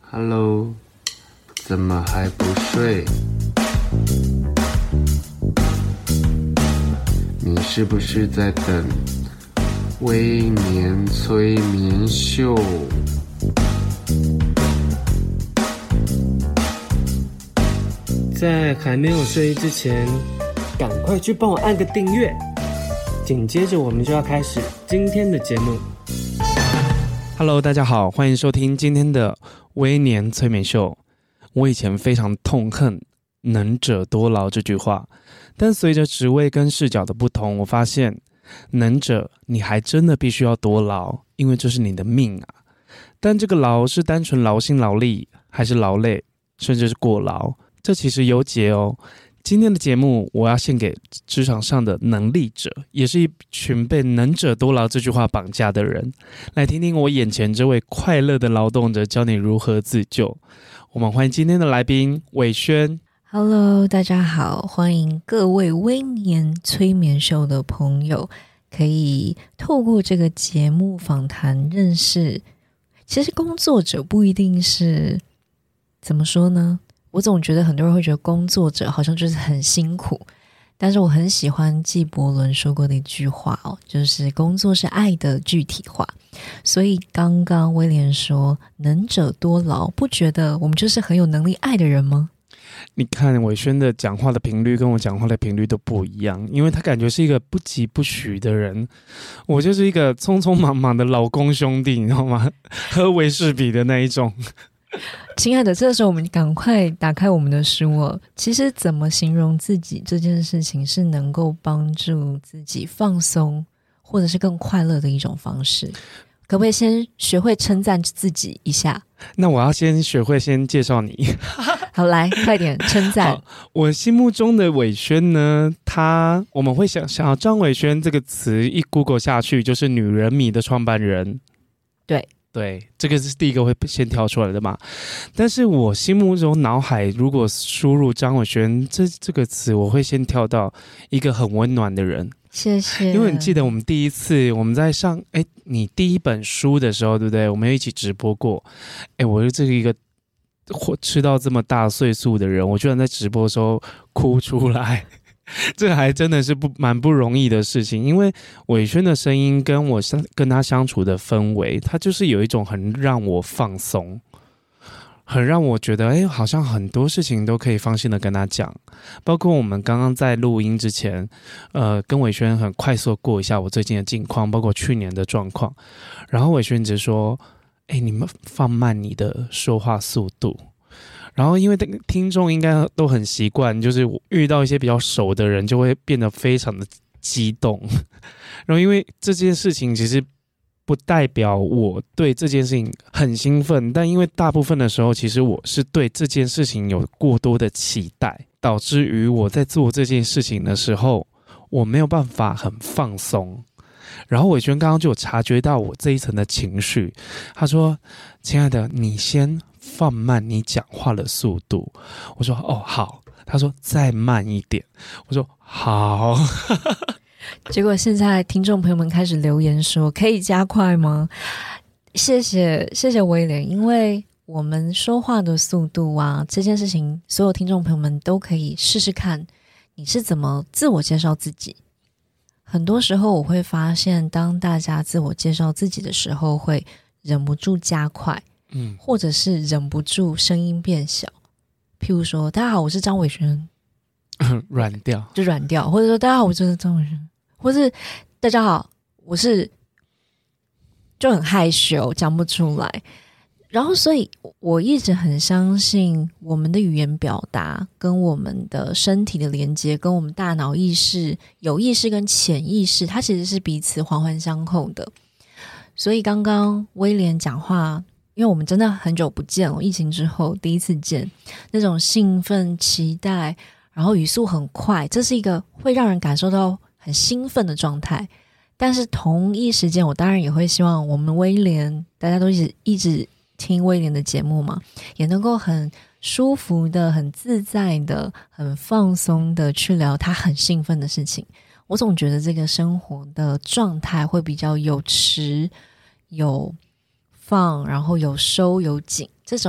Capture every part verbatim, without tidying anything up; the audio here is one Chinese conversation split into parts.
Hello， 怎么还不睡？你是不是在等微眠催眠秀？ 在还没有睡之前，赶快去帮我按个订阅。紧接着我们就要开始今天的节目。Hello， 大家好，欢迎收听今天的微年催眠秀。我以前非常痛恨"能者多劳"这句话，但随着职位跟视角的不同，我发现能者你还真的必须要多劳，因为这是你的命啊。但这个劳是单纯劳心劳力，还是劳累，甚至是过劳，这其实有解哦。今天的节目我要献给职场上的能力者，也是一群被能者多劳这句话绑架的人。来听听我眼前这位快乐的劳动者教你如何自救。我们欢迎今天的来宾伟轩。 Hello， 大家好，欢迎各位微年催眠秀的朋友，可以透过这个节目访谈认识，其实工作者不一定是，怎么说呢？我总觉得很多人会觉得工作者好像就是很辛苦，但是我很喜欢纪伯伦说过的一句话哦，就是工作是爱的具体化。所以刚刚威廉说能者多劳，不觉得我们就是很有能力爱的人吗？ 你看伟轩的讲话的频率跟我讲话的频率都不一样，因为他感觉是一个不疾不徐的人，我就是一个匆匆忙忙的老公兄弟，你知道吗？喝威士比的那一种。 亲爱的，这时候我们赶快打开我们的书哦。其实怎么形容自己这件事情是能够帮助自己放松或者是更快乐的一种方式，可不可以先学会称赞自己一下？ 那我要先学会先介绍你。 好，来快点称赞。 我心目中的伟轩呢，他我们会想想张伟轩这个词一 Google 下去就是女人迷的创办人。 对对，这个是第一个会先跳出来的嘛。但是我心目中脑海如果输入张伟轩这这个词，我会先跳到一个很温暖的人。 谢谢。 因为你记得我们第一次我们在上哎你第一本书的时候，对不对？我们有一起直播过。哎，我是这个一个吃到这么大岁数的人，我居然在直播的时候哭出来。这还真的是不蛮不容易的事情，因为伟轩的声音跟我跟他相处的氛围，他就是有一种很让我放松，很让我觉得哎，好像很多事情都可以放心的跟他讲。包括我们刚刚在录音之前呃，跟伟轩很快速过一下我最近的近况，包括去年的状况，然后伟轩只说哎，你们放慢你的说话速度。然后因为听众应该都很习惯，就是遇到一些比较熟的人就会变得非常的激动。然后因为这件事情其实不代表我对这件事情很兴奋，但因为大部分的时候其实我是对这件事情有过多的期待，导致于我在做这件事情的时候我没有办法很放松。然后伟轩刚刚就有察觉到我这一层的情绪，他说亲爱的，你先放慢你讲话的速度。我说哦好，他说再慢一点，我说好。 结果现在听众朋友们开始留言说可以加快吗？谢谢谢谢威廉，因为我们说话的速度啊，这件事情所有听众朋友们都可以试试看你是怎么自我介绍自己。很多时候我会发现当大家自我介绍自己的时候会忍不住加快，嗯，或者是忍不住声音变小，譬如说大家好我是张伟轩， 软掉就软掉，或者说大家好我是张伟轩，或是大家好我是，就很害羞讲不出来。然后所以我一直很相信我们的语言表达跟我们的身体的连接跟我们大脑意识有意识跟潜意识它其实是彼此环环相扣的。所以刚刚威廉讲话，因为我们真的很久不见了，疫情之后第一次见，那种兴奋期待然后语速很快，这是一个会让人感受到很兴奋的状态。但是同一时间我当然也会希望我们威廉大家都一直一直听威廉的节目嘛，也能够很舒服的很自在的很放松的去聊他很兴奋的事情。我总觉得这个生活的状态会比较有持有放，然后有收有紧，这种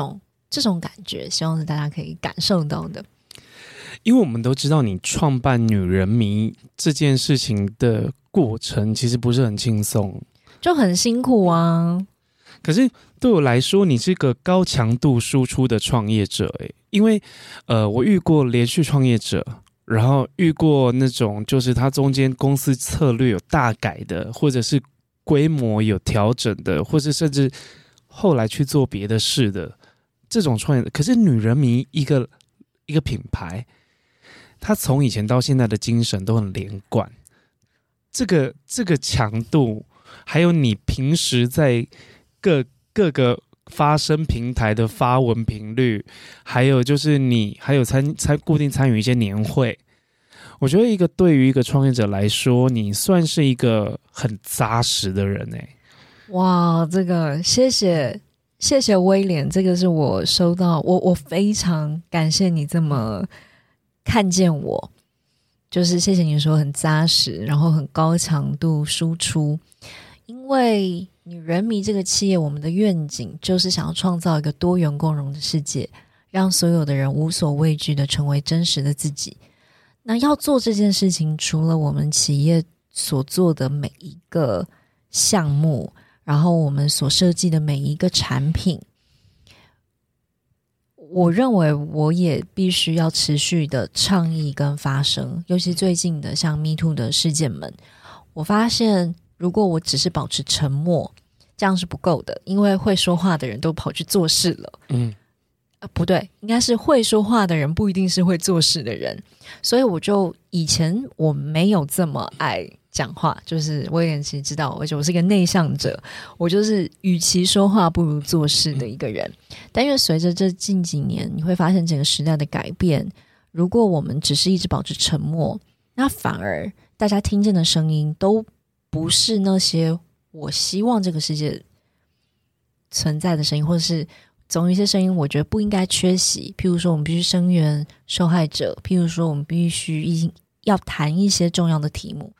这种感觉，希望是大家可以感受到的。 因为我们都知道，你创办女人迷这件事情的过程其实不是很轻松， 就很辛苦啊。 可是对我来说，你是个高强度输出的创业者，欸，因为呃，我遇过连续创业者，然后遇过那种就是他中间公司策略有大改的，或者是规模有调整的，或是甚至后来去做别的事的这种创业者。可是女人迷一个一个品牌，他从以前到现在的精神都很连贯，这个这个强度，还有你平时在各各个发声平台的发文频率，还有就是你还有参参固定参与一些年会，我觉得一个对于一个创业者来说，你算是一个很扎实的人哎。 哇，这个谢谢谢谢威廉，这个是我收到，我我非常感谢你这么看见我，就是谢谢你说很扎实，然后很高强度输出。因为女人迷这个企业，我们的愿景就是想要创造一个多元共融的世界，让所有的人无所畏惧的成为真实的自己。那要做这件事情，除了我们企业所做的每一个项目，然后我们所设计的每一个产品，我认为我也必须要持续的倡议跟发声，尤其最近的像 Me Too 的事件们，我发现如果我只是保持沉默，这样是不够的，因为会说话的人都跑去做事了。嗯，呃，不对，应该是会说话的人不一定是会做事的人，所以我就以前我没有这么爱讲话，就是威廉其实知道，而且我是一个内向者，我就是与其说话不如做事的一个人。但因为随着这近几年，你会发现整个时代的改变，如果我们只是一直保持沉默，那反而大家听见的声音都不是那些我希望这个世界存在的声音，或者是总有一些声音我觉得不应该缺席，譬如说我们必须声援受害者，譬如说我们必须要谈一些重要的题目。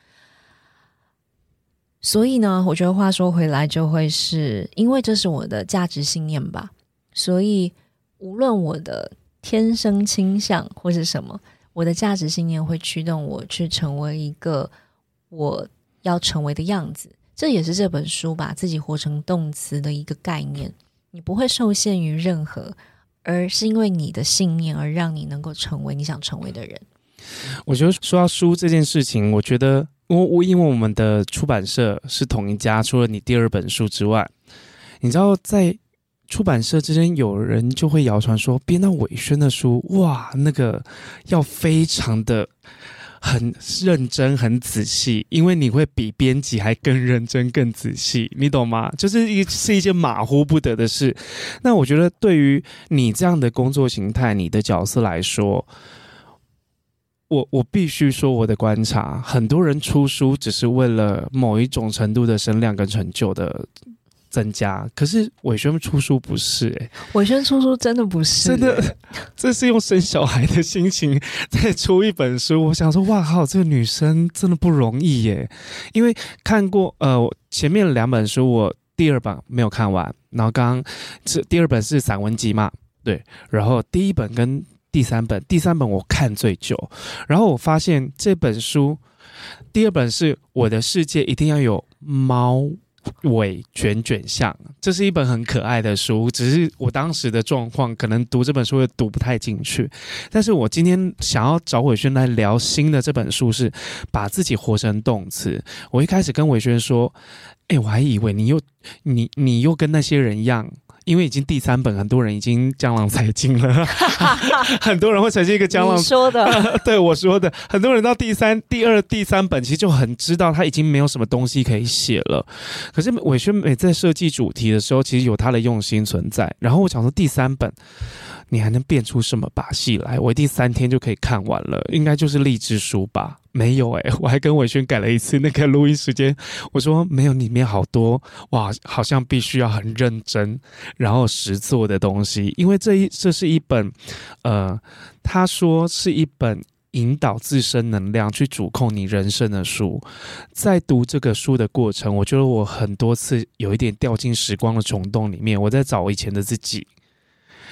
所以呢，我觉得话说回来就会是因为这是我的价值信念吧，所以无论我的天生倾向或是什么，我的价值信念会驱动我去成为一个我要成为的样子。这也是这本书把自己活成动词的一个概念，你不会受限于任何，而是因为你的信念而让你能够成为你想成为的人。 我觉得说到书这件事情，我觉得我我因为我们的出版社是同一家，除了你第二本书之外，你知道在出版社之间有人就会谣传说编到伟轩的书，哇，那个要非常的很认真很仔细，因为你会比编辑还更认真更仔细，你懂吗？就是一是一件马虎不得的事。那我觉得对于你这样的工作形态，你的角色来说，我我必须说我的观察，很多人出书只是为了某一种程度的声量跟成就的增加，可是伟轩出书不是欸， 伟轩出书真的不是， 真的，这是用生小孩的心情在出一本书。我想说，哇靠，这个女生真的不容易耶！因为看过呃前面两本书，我第二本没有看完，然后刚刚是第二本是散文集嘛，对，然后第一本跟第三本，第三本我看最久，然后我发现这本书，第二本是我的世界一定要有猫尾卷卷像，这是一本很可爱的书，只是我当时的状况可能读这本书也读不太进去。但是我今天想要找伟轩来聊新的这本书，是把自己活成动词。我一开始跟伟轩说，哎、欸，我还以为你又你你又跟那些人一样。因为已经第三本，很多人已经江郎才尽了，很多人会呈现一个江郎。 你说的， 对我说的，很多人到第三、第二、第三本，其实就很知道他已经没有什么东西可以写了。可是伟轩每在设计主题的时候，其实有他的用心存在。然后我想说，第三本你还能变出什么把戏来？我第三天就可以看完了，应该就是励志书吧？没有哎、欸，我还跟伟轩改了一次那个录音时间，我说没有，里面好多哇，好像必须要很认真，然后实作的东西，因为这一这是一本，呃，他说是一本引导自身能量去主控你人生的书。在读这个书的过程，我觉得我很多次有一点掉进时光的虫洞里面，我在找以前的自己。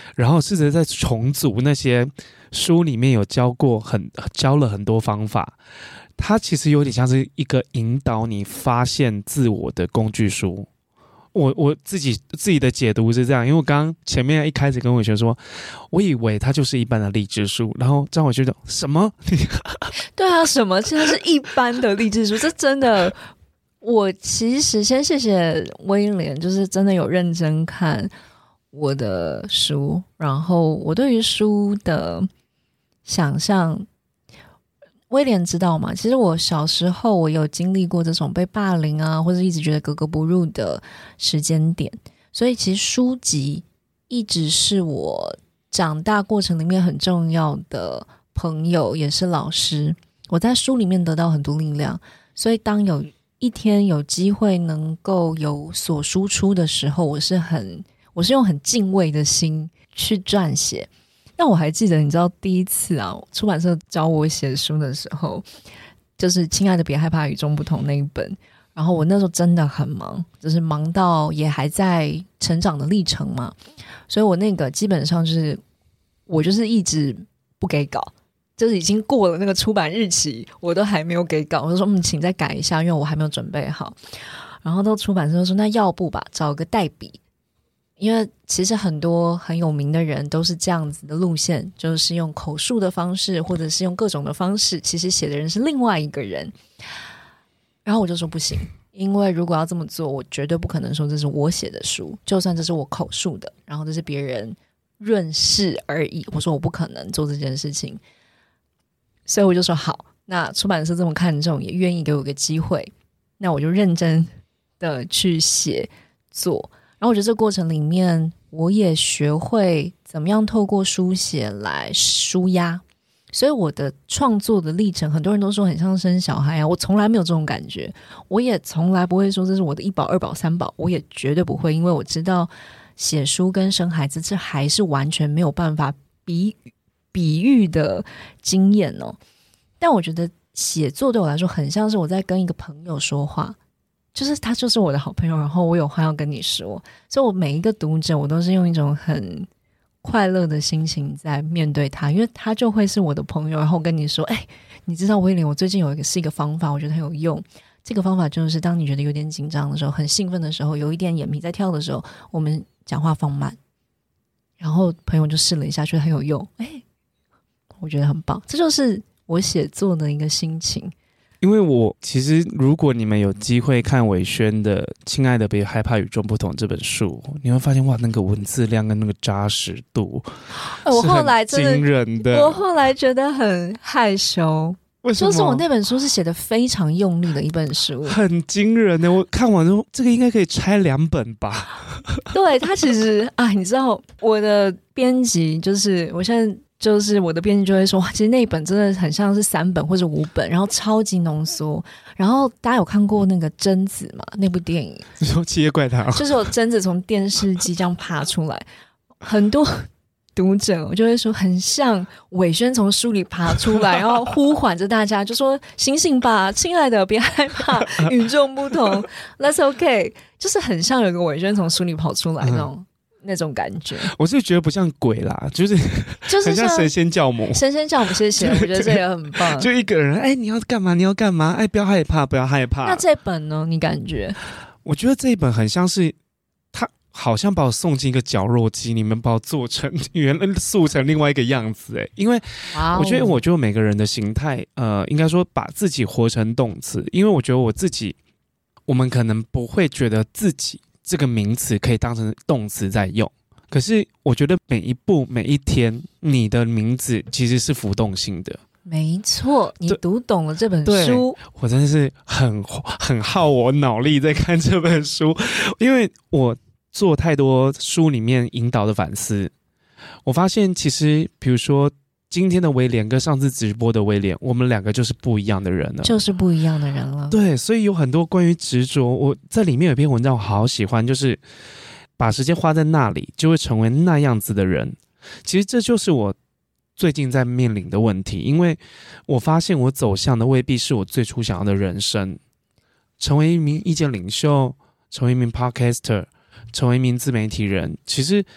然后试着再重组那些书里面有教过很教了很多方法，它其实有点像是一个引导你发现自我的工具书。我我自己自己的解读是这样，因为我刚刚前面一开始跟伟轩说，我以为它就是一般的励志书，然后张伟轩说什么？ 对啊，什么？现在是一般的励志书，这真的。我其实先谢谢威廉，就是真的有认真看我的书，然后我对于书的想象，威廉知道吗？其实我小时候我有经历过这种被霸凌啊，或者一直觉得格格不入的时间点，所以其实书籍一直是我长大过程里面很重要的朋友，也是老师。我在书里面得到很多力量，所以当有一天有机会能够有所输出的时候，我是很我是用很敬畏的心去撰写。但我还记得，你知道第一次啊，出版社教我写书的时候，就是《亲爱的别害怕与众不同》那一本，然后我那时候真的很忙，就是忙到也还在成长的历程嘛，所以我那个基本上就是我就是一直不给稿，就是已经过了那个出版日期，我都还没有给稿，我就说嗯，请再改一下，因为我还没有准备好。然后到出版社说那要不吧，找个代笔，因为其实很多很有名的人都是这样子的路线，就是用口述的方式，或者是用各种的方式，其实写的人是另外一个人。然后我就说不行，因为如果要这么做，我绝对不可能说这是我写的书，就算这是我口述的，然后这是别人润饰而已，我说我不可能做这件事情。所以我就说好，那出版社这么看重，也愿意给我个机会，那我就认真的去写作。然后我觉得这个过程里面，我也学会怎么样透过书写来抒压。所以我的创作的历程，很多人都说很像生小孩啊，我从来没有这种感觉，我也从来不会说这是我的一宝二宝三宝，我也绝对不会，因为我知道写书跟生孩子这还是完全没有办法比喻比喻的经验哦。但我觉得写作对我来说很像是我在跟一个朋友说话，就是他就是我的好朋友，然后我有话要跟你说，所以我每一个读者我都是用一种很快乐的心情在面对他，因为他就会是我的朋友，然后跟你说哎、欸，你知道威廉我最近有一个是一个方法，我觉得很有用，这个方法就是当你觉得有点紧张的时候，很兴奋的时候，有一点眼皮在跳的时候，我们讲话放慢，然后朋友就试了一下觉得很有用，哎、欸，我觉得很棒，这就是我写作的一个心情。 因为我其实如果你们有机会看伟轩的《亲爱的别害怕与众不同》这本书，你会发现哇，那个文字量跟那个扎实度我后来真的是很惊人的。 我后来觉得很害羞， 为什么？ 就是我那本书是写的非常用力的一本书， 很惊人的。我看完之后，这个应该可以拆两本吧？ 对，它其实啊，你知道我的编辑就是我现在。就是我的编辑就会说，其实那一本真的很像是三本或者五本，然后超级浓缩。然后大家有看过那个贞子吗？那部电影？ 你说《七夜怪谈》？ 就是有贞子从电视机这样爬出来，很多读者我就会说，很像伟轩从书里爬出来，然后呼唤着大家，就说醒醒吧，亲爱的，别害怕，与众不同 ，That's okay， 就是很像有个伟轩从书里跑出来那种。嗯那种感觉， 我是觉得不像鬼啦，就是就是很像神仙教母。 神仙教母，谢谢，我觉得这个很棒。 就一个人，哎、欸，你要干嘛？你要干嘛？哎、欸，不要害怕，不要害怕。 那这本呢？你感觉？ 我觉得这一本很像是他，好像把我送进一个绞肉机，你们把我做成原来塑成另外一个样子。哎，因为我觉得，我觉得每个人的形态，呃，应该说把自己活成动词。因为我觉得我自己，我们可能不会觉得自己。这个名词可以当成动词在用，可是我觉得每一步每一天，你的名字其实是浮动性的。 没错，你读懂了这本书， 我真的是很很耗我脑力在看这本书，因为我做太多书里面引导的反思，我发现其实比如说。今天的威廉跟上次直播的威廉，我们两个就是不一样的人了， 就是不一样的人了。 对，所以有很多关于执着，我在里面有一篇文章我好喜欢，就是把时间花在那里，就会成为那样子的人。其实这就是我最近在面临的问题，因为我发现我走向的未必是我最初想要的人生，成为一名意见领袖，成为一名 podcaster， 成为一名自媒体人，其实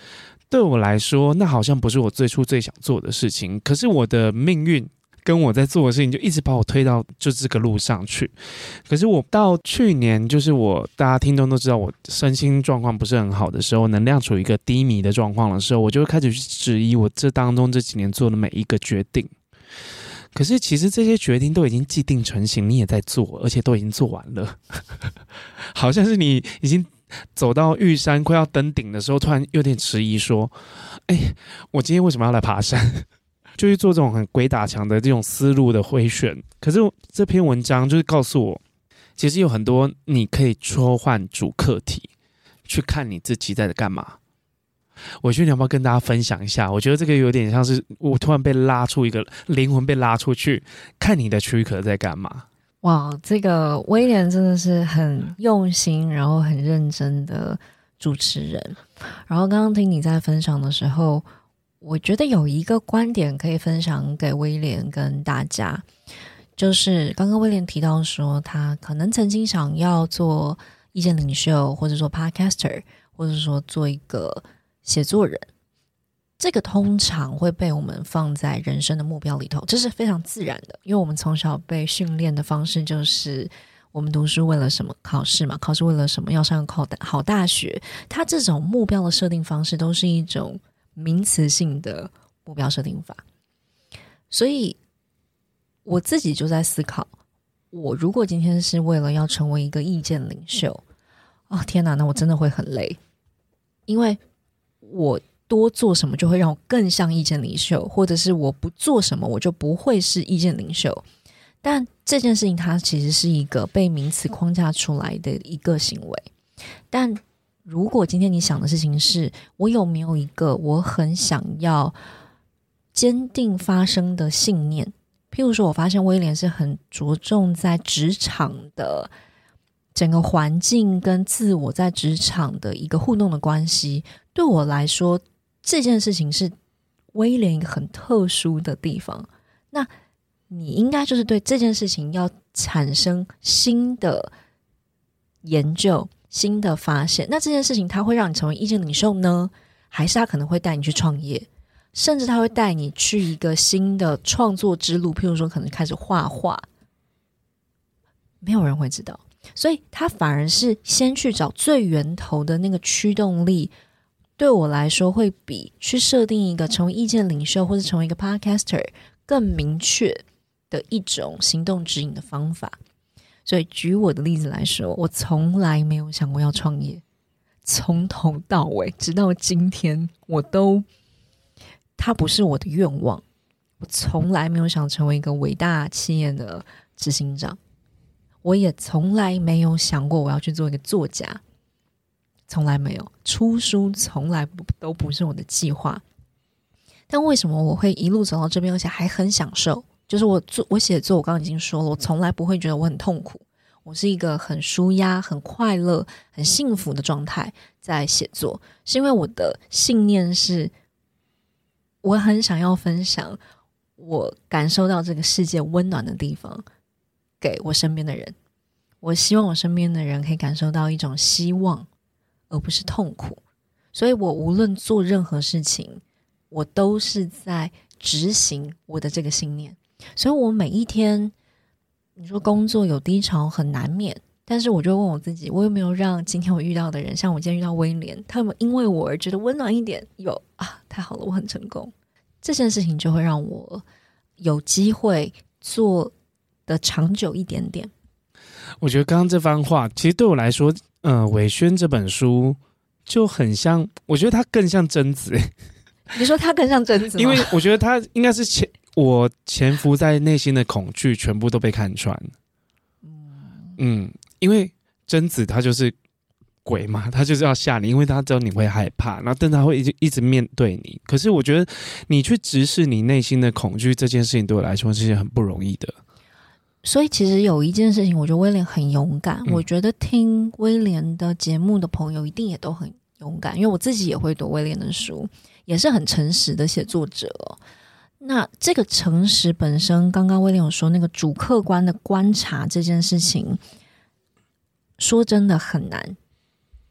对我来说，那好像不是我最初最想做的事情。可是我的命运跟我在做的事情就一直把我推到就这个路上去。可是我到去年，就是我大家听众都知道我身心状况不是很好的时候，能量处于一个低迷的状况的时候，我就会开始去质疑我这当中这几年做的每一个决定。可是其实这些决定都已经既定成型，你也在做，而且都已经做完了。好像是你已经走到玉山快要登顶的时候，突然有点迟疑说，哎，我今天为什么要来爬山？就去做这种很鬼打墙的这种思路的回旋。可是这篇文章就是告诉我，其实有很多你可以抽换主课题，去看你自己在干嘛。我觉得你要不要跟大家分享一下？我觉得这个有点像是我突然被拉出一个灵魂被拉出去，看你的躯壳在干嘛。 哇，这个威廉真的是很用心，然后很认真的主持人。然后刚刚听你在分享的时候，我觉得有一个观点可以分享给威廉跟大家，就是刚刚威廉提到说他可能曾经想要做意见领袖，或者说 podcaster， 或者说做一个写作人，这个通常会被我们放在人生的目标里头，这是非常自然的，因为我们从小被训练的方式就是我们读书为了什么？考试嘛，考试为了什么？要上个好大学。它这种目标的设定方式都是一种名词性的目标设定法。所以我自己就在思考，我如果今天是为了要成为一个意见领袖，哦天哪，那我真的会很累，因为我多做什么就会让我更像意见领袖，或者是我不做什么我就不会是意见领袖。但这件事情它其实是一个被名词框架出来的一个行为。但如果今天你想的事情是我有没有一个我很想要坚定发生的信念，譬如说我发现威廉是很着重在职场的整个环境跟自我在职场的一个互动的关系，对我来说这件事情是威廉一个很特殊的地方。那你应该就是对这件事情要产生新的研究，新的发现。那这件事情它会让你成为意见领袖呢，还是它可能会带你去创业，甚至它会带你去一个新的创作之路，譬如说可能开始画画，没有人会知道。所以它反而是先去找最源头的那个驱动力，对我来说会比去设定一个成为意见领袖或者成为一个 podcaster 更明确的一种行动指引的方法。所以举我的例子来说，我从来没有想过要创业，从头到尾直到今天我都它不是我的愿望。我从来没有想成为一个伟大企业的执行长，我也从来没有想过我要去做一个作家，从来没有，出书从来都不是我的计划。但为什么我会一路走到这边，而且还很享受？就是我做我写作，我刚刚已经说了，我从来不会觉得我很痛苦，我是一个很舒压、很快乐、很幸福的状态在写作，是因为我的信念是，我很想要分享我感受到这个世界温暖的地方给我身边的人。我希望我身边的人可以感受到一种希望，而不是痛苦。所以我无论做任何事情，我都是在执行我的这个信念。所以我每一天，你说工作有低潮很难免，但是我就问我自己，我有没有让今天我遇到的人，像我今天遇到威廉，他们因为我而觉得温暖一点？有啊，太好了，我很成功。这件事情就会让我有机会做的长久一点点。 我觉得刚刚这番话其实对我来说，呃，伟轩这本书就很像，我觉得它更像贞子。 你说它更像贞子吗？ 因为我觉得它应该是潜我潜伏在内心的恐惧全部都被看穿。嗯，因为贞子她就是鬼嘛，她就是要吓你，因为她知道你会害怕，然后但她会一直一直面对你。可是我觉得你去直视你内心的恐惧这件事情，对我来说是件很不容易的。 所以其实有一件事情，我觉得威廉很勇敢。 嗯、 我觉得听威廉的节目的朋友一定也都很勇敢，因为我自己也会读威廉的书，也是很诚实的写作者哦。那这个诚实本身，刚刚威廉有说那个主客观的观察这件事情，说真的很难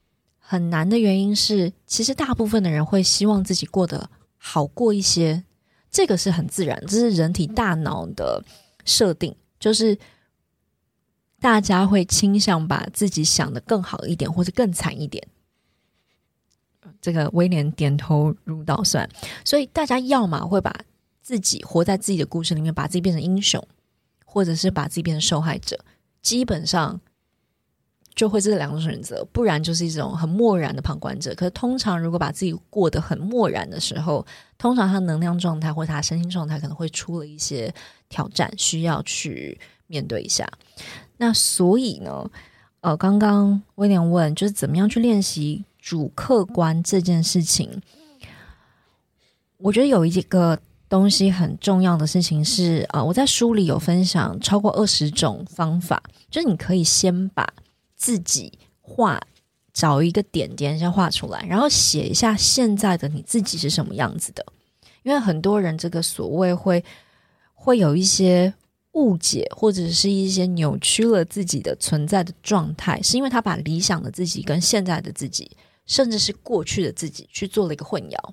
很难的原因是，其实大部分的人会希望自己过得好过一些，这个是很自然，这是人体大脑的设定，就是大家会倾向把自己想得更好一点，或者更惨一点。这个威廉点头如捣蒜，所以大家要么会把自己活在自己的故事里面，把自己变成英雄，或者是把自己变成受害者，基本上就会这两种选择，不然就是一种很漠然的旁观者。可是通常如果把自己过得很漠然的时候，通常他能量状态或者他身心状态可能会出了一些挑战，需要去面对一下。那所以呢，呃，刚刚威廉问就是怎么样去练习主客观这件事情，我觉得有一个东西很重要的事情是，呃，我在书里有分享超过二十种方法，就是你可以先把自己画，找一个点点先画出来，然后写一下现在的你自己是什么样子的。因为很多人这个所谓会会有一些误解，或者是一些扭曲了自己的存在的状态，是因为他把理想的自己跟现在的自己，甚至是过去的自己去做了一个混淆。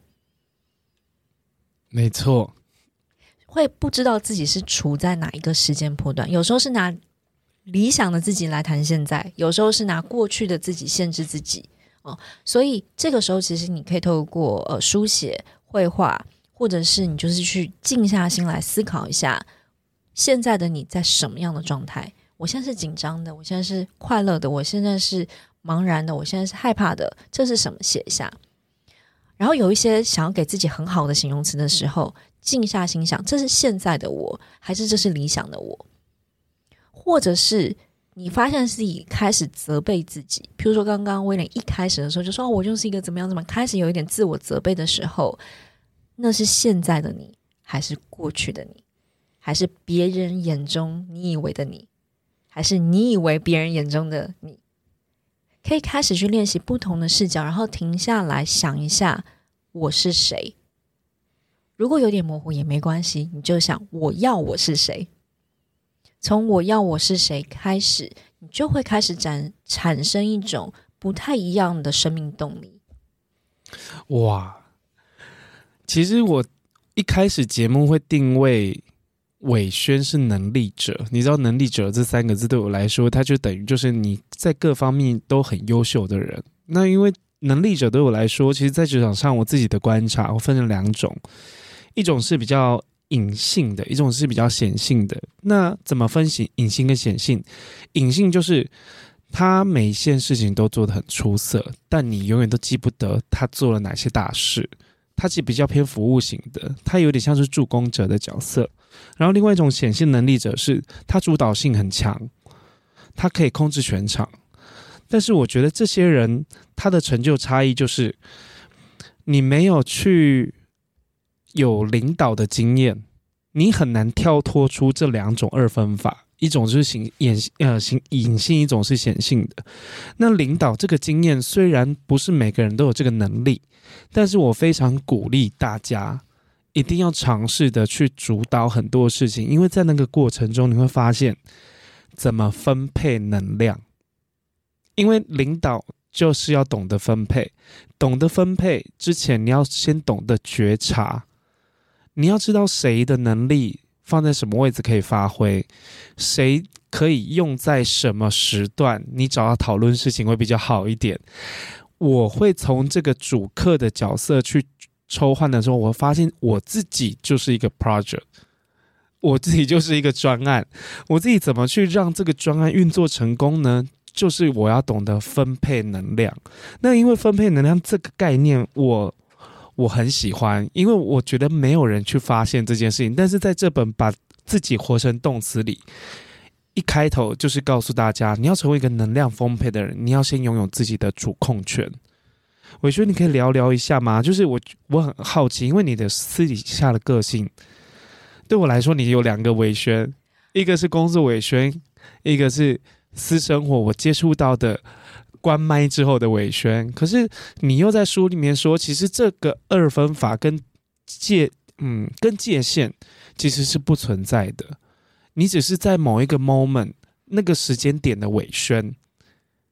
没错， 会不知道自己是处在哪一个时间波段，有时候是拿理想的自己来谈现在，有时候是拿过去的自己限制自己、哦、所以这个时候其实你可以透过呃书写、绘画，或者是你就是去静下心来思考一下现在的你在什么样的状态。我现在是紧张的，我现在是快乐的，我现在是茫然的，我现在是害怕的，这是什么？写一下。然后有一些想要给自己很好的形容词的时候，静下心想，这是现在的我，还是这是理想的我？或者是你发现自己开始责备自己，譬如说刚刚威廉一开始的时候就说、哦、我就是一个怎么样怎么样，开始有一点自我责备的时候，那是现在的你，还是过去的你？还是别人眼中你以为的你？还是你以为别人眼中的你？可以开始去练习不同的视角，然后停下来想一下我是谁。如果有点模糊也没关系，你就想我要我是谁。从我要我是谁开始，你就会开始展产生一种不太一样的生命动力。 哇，其实我一开始节目会定位伟轩是能力者，你知道能力者这三个字对我来说，它就等于就是你在各方面都很优秀的人。那因为能力者对我来说，其实在职场上我自己的观察我分成两种，一种是比较隐性的，一种是比较显性的。那怎么分析隐性跟显性？隐性就是他每一件事情都做得很出色，但你永远都记不得他做了哪些大事。他其实比较偏服务型的，他有点像是助攻者的角色。然后另外一种显性能力者是他主导性很强，他可以控制全场。但是我觉得这些人他的成就差异就是你没有去有领导的经验，你很难跳脱出这两种二分法，一种就是显呃隐性，一种是显性的。那领导这个经验虽然不是每个人都有这个能力，但是我非常鼓励大家一定要尝试的去主导很多事情，因为在那个过程中你会发现怎么分配能量。因为领导就是要懂得分配，懂得分配之前你要先懂得觉察，你要知道谁的能力放在什么位置可以发挥，谁可以用在什么时段，你找他讨论事情会比较好一点。我会从这个主客的角色去抽换的时候，我发现我自己就是一个 project， 我自己就是一个专案，我自己怎么去让这个专案运作成功呢？就是我要懂得分配能量。那因为分配能量这个概念我我很喜欢，因为我觉得没有人去发现这件事情，但是在这本把自己活成动词里，一开头就是告诉大家，你要成为一个能量丰沛的人，你要先拥有自己的主控权。伟轩，你可以聊聊一下吗？就是我我很好奇，因为你的私底下的个性，对我来说，你有两个伟轩，一个是工作伟轩，一个是私生活我接触到的关麦之后的伟轩。可是你又在书里面说，其实这个二分法跟界嗯跟界限其实是不存在的，你只是在某一个 moment 那个时间点的伟轩。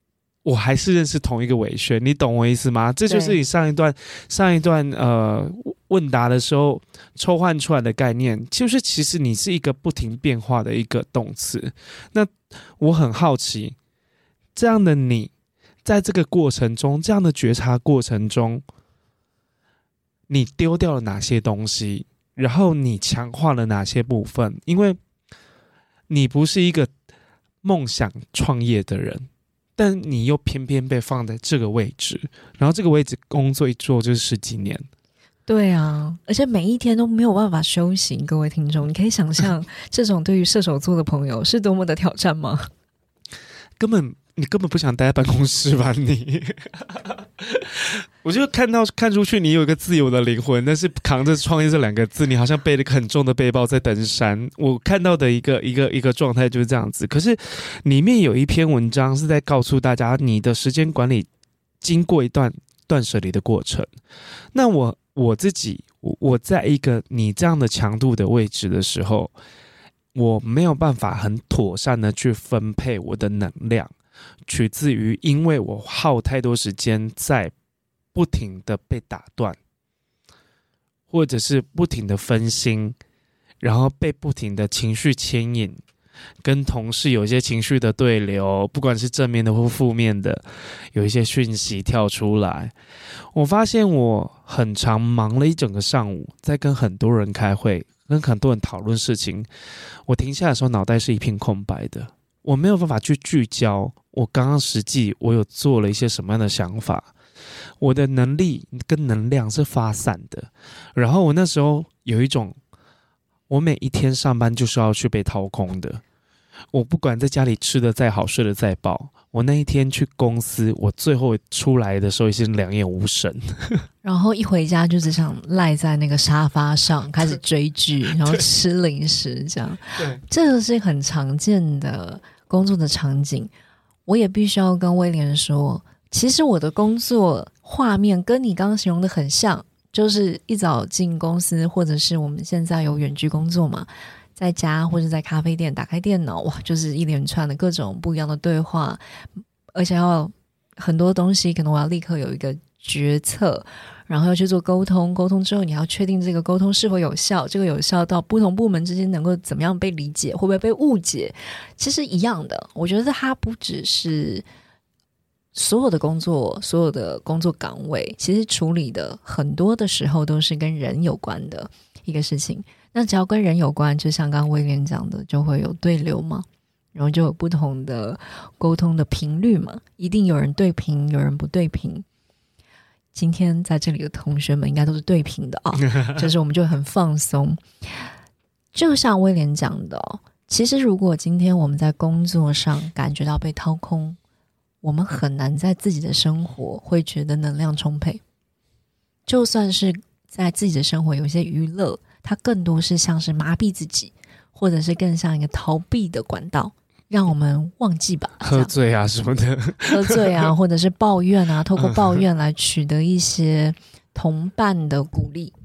我还是认识同一个伟轩，你懂我意思吗？这就是你上一段上一段呃问答的时候抽换出来的概念，就是其实你是一个不停变化的一个动词。那我很好奇，这样的你在这个过程中，这样的觉察过程中，你丢掉了哪些东西，然后你强化了哪些部分？因为你不是一个梦想创业的人，但你又偏偏被放在这个位置，然后这个位置工作一做就是十几年。 对啊，而且每一天都没有办法休息，各位听众，你可以想象这种对于射手座的朋友是多么的挑战吗？ 根本你根本不想待在办公室吧你我就看到看出去你有一个自由的灵魂，但是扛着创业这两个字，你好像背了一个很重的背包在登山。我看到的一个一个一个状态就是这样子。可是里面有一篇文章是在告诉大家，你的时间管理经过一段断舍离的过程。那我我自己 我, 我在一个你这样的强度的位置的时候，我没有办法很妥善的去分配我的能量，取自于因为我耗太多时间在不停的被打断，或者是不停的分心，然后被不停的情绪牵引，跟同事有一些情绪的对流，不管是正面的或负面的，有一些讯息跳出来。我发现我很常忙了一整个上午，在跟很多人开会，跟很多人讨论事情，我停下来的时候脑袋是一片空白的，我没有办法去聚焦我刚刚实际我有做了一些什么样的想法，我的能力跟能量是发散的。然后我那时候有一种，我每一天上班就是要去被掏空的，我不管在家里吃的再好睡的再饱，我那一天去公司，我最后出来的时候已经两眼无神然后一回家就只想赖在那个沙发上开始追剧然后吃零食这样。 对， 这个是很常见的工作的场景。我也必须要跟威廉说，其实我的工作画面跟你刚刚形容的很像，就是一早进公司，或者是我们现在有远距工作嘛，在家或者在咖啡店打开电脑，哇，就是一连串的各种不一样的对话，而且要很多东西可能我要立刻有一个决策，然后要去做沟通，沟通之后你要确定这个沟通是否有效，这个有效到不同部门之间能够怎么样被理解，会不会被误解，其实一样的。我觉得它不只是所有的工作，所有的工作岗位其实处理的很多的时候都是跟人有关的一个事情。那只要跟人有关，就像刚刚威廉讲的，就会有对流嘛，然后就有不同的沟通的频率嘛，一定有人对频，有人不对频。今天在这里的同学们应该都是对频的啊，就是我们就很放松。就像威廉讲的哦，其实如果今天我们在工作上感觉到被掏空，我们很难在自己的生活会觉得能量充沛。就算是在自己的生活有一些娱乐，它更多是像是麻痹自己，或者是更像一个逃避的管道，让我们忘记吧， 喝醉啊什么的， 喝醉啊，或者是抱怨啊，透过抱怨来取得一些同伴的鼓励。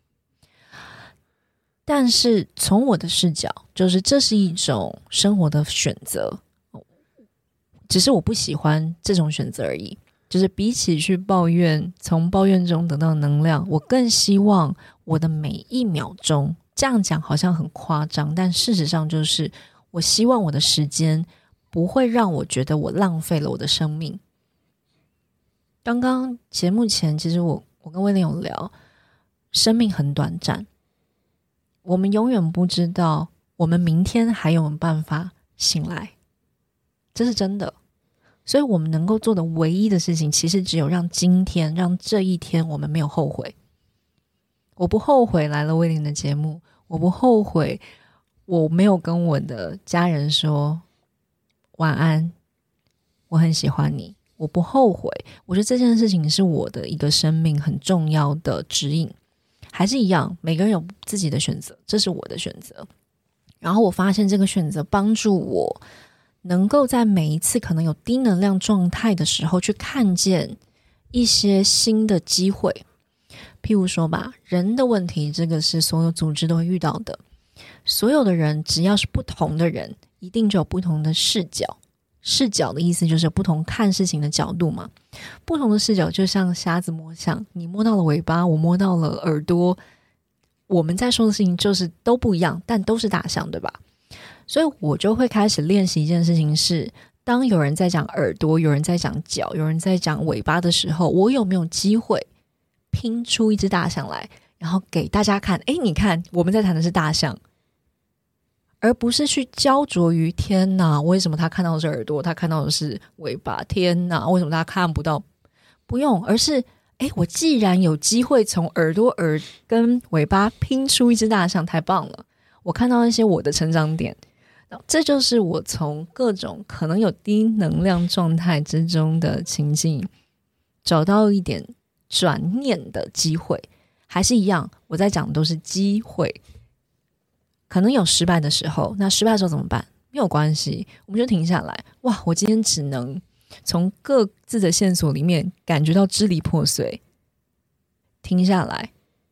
但是从我的视角，就是这是一种生活的选择，只是我不喜欢这种选择而已。就是比起去抱怨，从抱怨中得到能量，我更希望我的每一秒钟，这样讲好像很夸张，但事实上就是我希望我的时间不会让我觉得我浪费了我的生命。刚刚节目前其实我我跟威廉有聊，生命很短暂，我们永远不知道我们明天还有没有办法醒来，这是真的。所以我们能够做的唯一的事情，其实只有让今天，让这一天我们没有后悔。我不后悔来了威廉的节目，我不后悔我没有跟我的家人说晚安，我很喜欢你，我不后悔。我觉得这件事情是我的一个生命很重要的指引。还是一样，每个人有自己的选择，这是我的选择。然后我发现这个选择帮助我能够在每一次可能有低能量状态的时候，去看见一些新的机会。譬如说吧，人的问题，这个是所有组织都会遇到的。所有的人只要是不同的人，一定就有不同的视角， 视角的意思就是不同看事情的角度嘛，不同的视角就像瞎子摸象，你摸到了尾巴，我摸到了耳朵，我们在说的事情就是都不一样，但都是大象，对吧？所以我就会开始练习一件事情是，当有人在讲耳朵，有人在讲脚，有人在讲尾巴的时候，我有没有机会拼出一只大象来，然后给大家看，诶，你看我们在谈的是大象，而不是去焦灼于天哪，为什么他看到的是耳朵，他看到的是尾巴，天哪，为什么他看不到？不用，而是诶，我既然有机会从耳朵、耳跟尾巴拼出一只大象，太棒了，我看到一些我的成长点，这就是我从各种可能有低能量状态之中的情境找到一点转念的机会。还是一样，我在讲的都是机会，可能有失败的时候，那失败的时候怎么办？没有关系，我们就停下来。哇，我今天只能从各自的线索里面感觉到支离破碎，停下来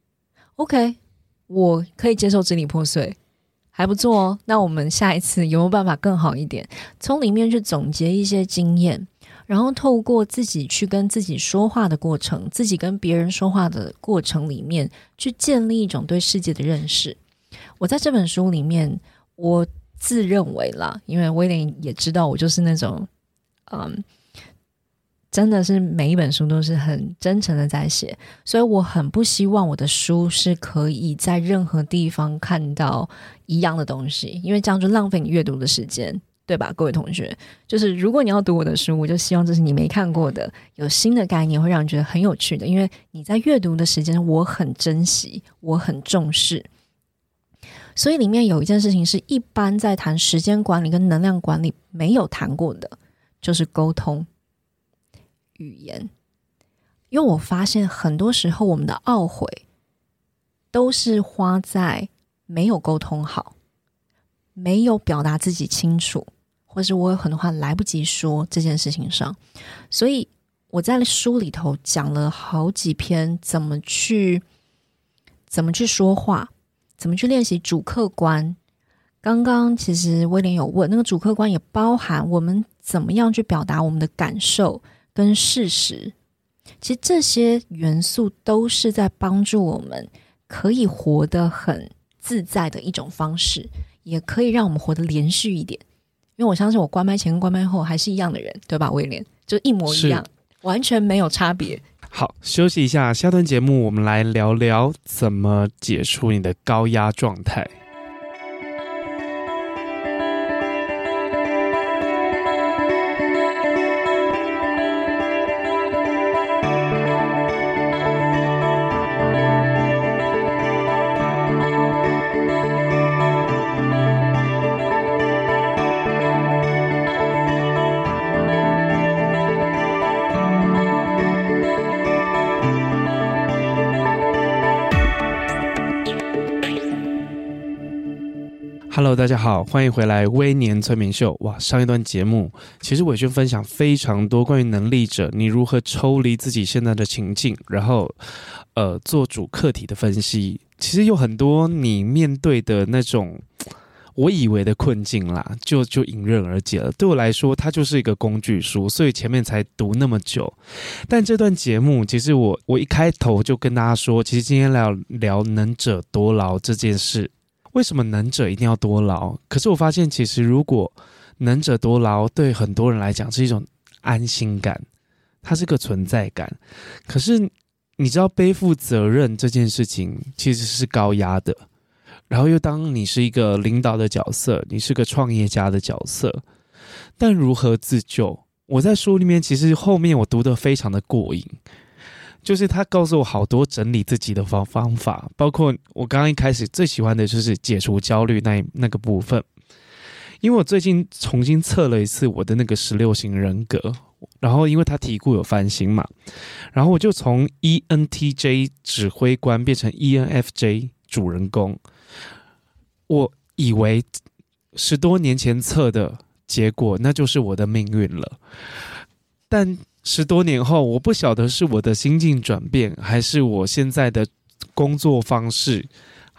OK， 我可以接受支离破碎，还不错哦。那我们下一次有没有办法更好一点？从里面去总结一些经验，然后透过自己去跟自己说话的过程，自己跟别人说话的过程里面，去建立一种对世界的认识。我在这本书里面，我自认为啦，因为威廉也知道我就是那种嗯，真的是每一本书都是很真诚的在写，所以我很不希望我的书是可以在任何地方看到一样的东西，因为这样就浪费你阅读的时间，对吧，各位同学？就是如果你要读我的书，我就希望这是你没看过的，有新的概念，会让你觉得很有趣的，因为你在阅读的时间我很珍惜，我很重视。所以里面有一件事情是一般在谈时间管理跟能量管理没有谈过的，就是沟通语言。因为我发现很多时候我们的懊悔都是花在没有沟通好，没有表达自己清楚，或是我有很多话来不及说这件事情上。所以我在书里头讲了好几篇怎么去怎么去说话，怎么去练习主客观。刚刚其实威廉有问，那个主客观也包含我们怎么样去表达我们的感受跟事实。其实这些元素都是在帮助我们可以活得很自在的一种方式，也可以让我们活得连续一点。因为我相信我关麦前跟关麦后还是一样的人，对吧，威廉？就一模一样，完全没有差别。 好，休息一下，下段节目我们来聊聊怎么解除你的高压状态。Hello， 大家好，欢迎回来微年催眠秀。哇，上一段节目其实伟轩分享非常多关于能力者你如何抽离自己现在的情境，然后呃做主课题的分析。其实有很多你面对的那种我以为的困境啦，就就迎刃而解了。对我来说，它就是一个工具书，所以前面才读那么久。但这段节目，其实我我一开头就跟大家说，其实今天来聊能者多劳这件事。为什么能者一定要多劳？可是我发现，其实如果能者多劳对很多人来讲是一种安心感，它是个存在感。可是你知道，背负责任这件事情其实是高压的。然后又当你是一个领导的角色，你是个创业家的角色，但如何自救？我在书里面其实后面我读得非常的过瘾。就是他告诉我好多整理自己的方方法，包括我刚刚一开始最喜欢的就是解除焦虑那那个部分，因为我最近重新测了一次我的那个十六型人格，然后因为他题库有翻新嘛，然后我就从 E N T J 指挥官变成 E N F J 主人公。我以为十多年前测的结果那就是我的命运了，但十多年后，我不晓得是我的心境转变，还是我现在的工作方式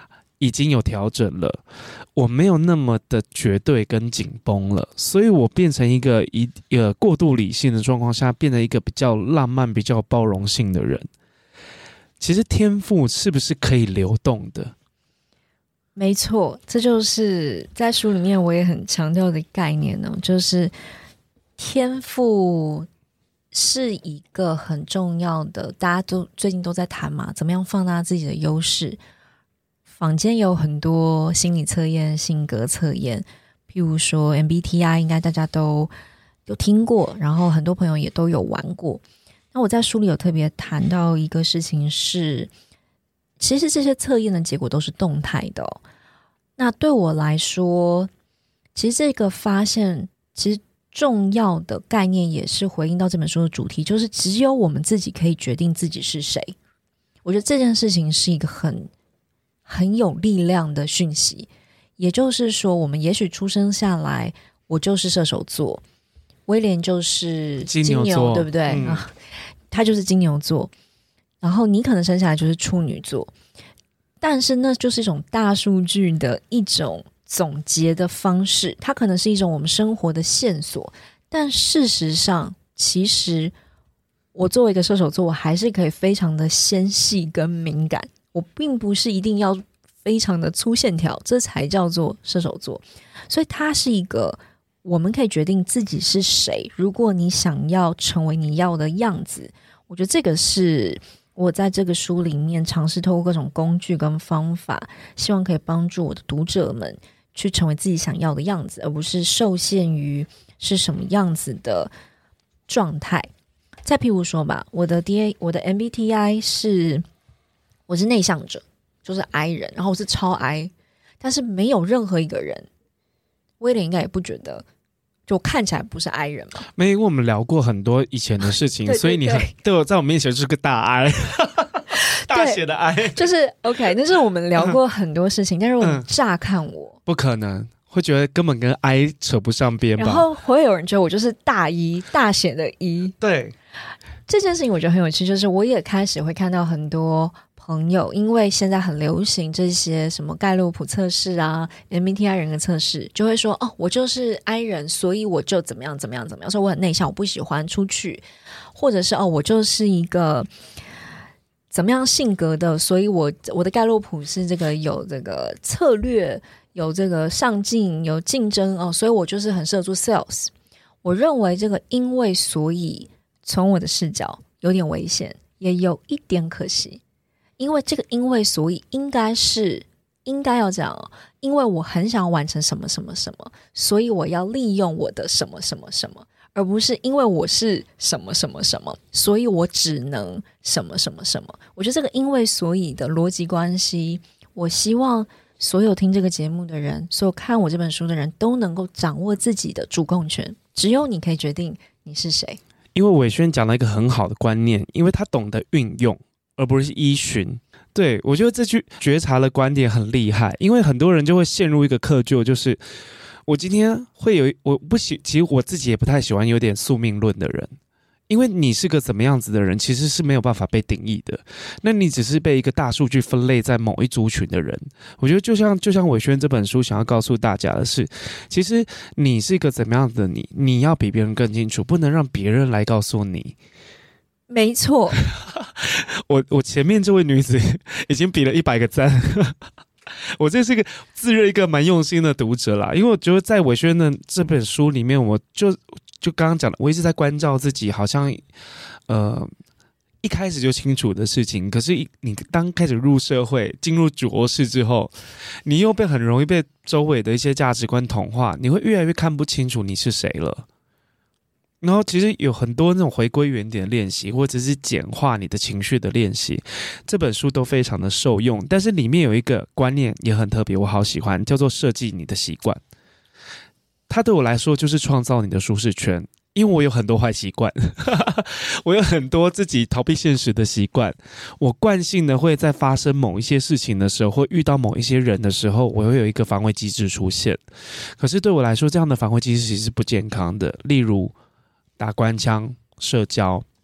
已经有调整了，我没有那么的绝对跟紧绷了，所以我变成一个一个过度理性的状况下，变成一个比较浪漫、比较包容性的人。其实天赋是不是可以流动的？ 没错，这就是在书里面我也很强调的概念呢，就是天赋是一个很重要的，大家都最近都在谈嘛，怎么样放大自己的优势。坊间有很多心理测验、性格测验，譬如说 M B T I， 应该大家都有听过，然后很多朋友也都有玩过。那我在书里有特别谈到一个事情是，其实这些测验的结果都是动态的哦。那对我来说，其实这个发现其实重要的概念也是回应到这本书的主题，就是只有我们自己可以决定自己是谁。我觉得这件事情是一个很很有力量的讯息。也就是说，我们也许出生下来，我就是射手座，威廉就是金牛， 金牛座对不对、嗯啊？他就是金牛座，然后你可能生下来就是处女座，但是那就是一种大数据的一种总结的方式，它可能是一种我们生活的线索，但事实上，其实我作为一个射手座，我还是可以非常的纤细跟敏感，我并不是一定要非常的粗线条，这才叫做射手座。所以它是一个我们可以决定自己是谁，如果你想要成为你要的样子，我觉得这个是我在这个书里面尝试透过各种工具跟方法，希望可以帮助我的读者们去成为自己想要的样子，而不是受限于是什么样子的状态。再譬如说吧，我的 D A 我的 M B T I 是我是内向者，就是 I 人，然后我是超 I， 但是没有任何一个人，威廉应该也不觉得就看起来不是 I 人嘛？ 没，因为我们聊过很多以前的事情， 对对对， 所以你很对我在我面前就是个大 I， 大写的 I， 就是 OK。但是我们聊过很多事情，嗯、但是我乍看我、 嗯、不可能会觉得根本跟 I 扯不上边吧？ 然后会有人觉得我就是大一，大写的一。 对， 这件事情我觉得很有趣，就是我也开始会看到很多朋友，因为现在很流行这些什么盖洛普测试啊 M B T I 人格测试，就会说哦，我就是 I 人，所以我就怎么样怎么样怎么样，说我很内向，我不喜欢出去，或者是哦，我就是一个怎么样性格的，所以我我的盖洛普是这个有这个策略，有这个上进，有竞争哦，所以我就是很适合做 sales。我认为这个因为所以从我的视角有点危险，也有一点可惜。因为这个因为所以应该是应该要讲、哦、因为我很想完成什么什么什么，所以我要利用我的什么什么什么，而不是因为我是什么什么什么，所以我只能什么什么什么。我觉得这个因为所以的逻辑关系，我希望所有听这个节目的人，所有看我这本书的人都能够掌握自己的主控权，只有你可以决定你是谁。 因为伟轩讲了一个很好的观念，因为他懂得运用而不是依循。对，我觉得这句觉察的观点很厉害，因为很多人就会陷入一个窠臼，就是我今天会有我不喜，其实我自己也不太喜欢有点宿命论的人，因为你是个怎么样子的人，其实是没有办法被定义的。那你只是被一个大数据分类在某一族群的人。我觉得就像就像伟轩这本书想要告诉大家的是，其实你是一个怎么样的你，你要比别人更清楚，不能让别人来告诉你。 没错， 我我前面这位女子已经比了一百个赞，我这是一个自认一个蛮用心的读者啦，因为我觉得在伟轩的这本书里面，我就就刚刚讲的，我一直在关照自己，好像呃一开始就清楚的事情，可是你当开始入社会、进入浊世之后，你又被很容易被周围的一些价值观同化，你会越来越看不清楚你是谁了。然后其实有很多那种回归原点的练习，或者是简化你的情绪的练习，这本书都非常的受用。但是里面有一个观念也很特别，我好喜欢，叫做设计你的习惯。它对我来说就是创造你的舒适圈，因为我有很多坏习惯我有很多自己逃避现实的习惯，我惯性的会在发生某一些事情的时候，或遇到某一些人的时候，我会有一个防卫机制出现。可是对我来说，这样的防卫机制其实是不健康的，例如打官腔、社交，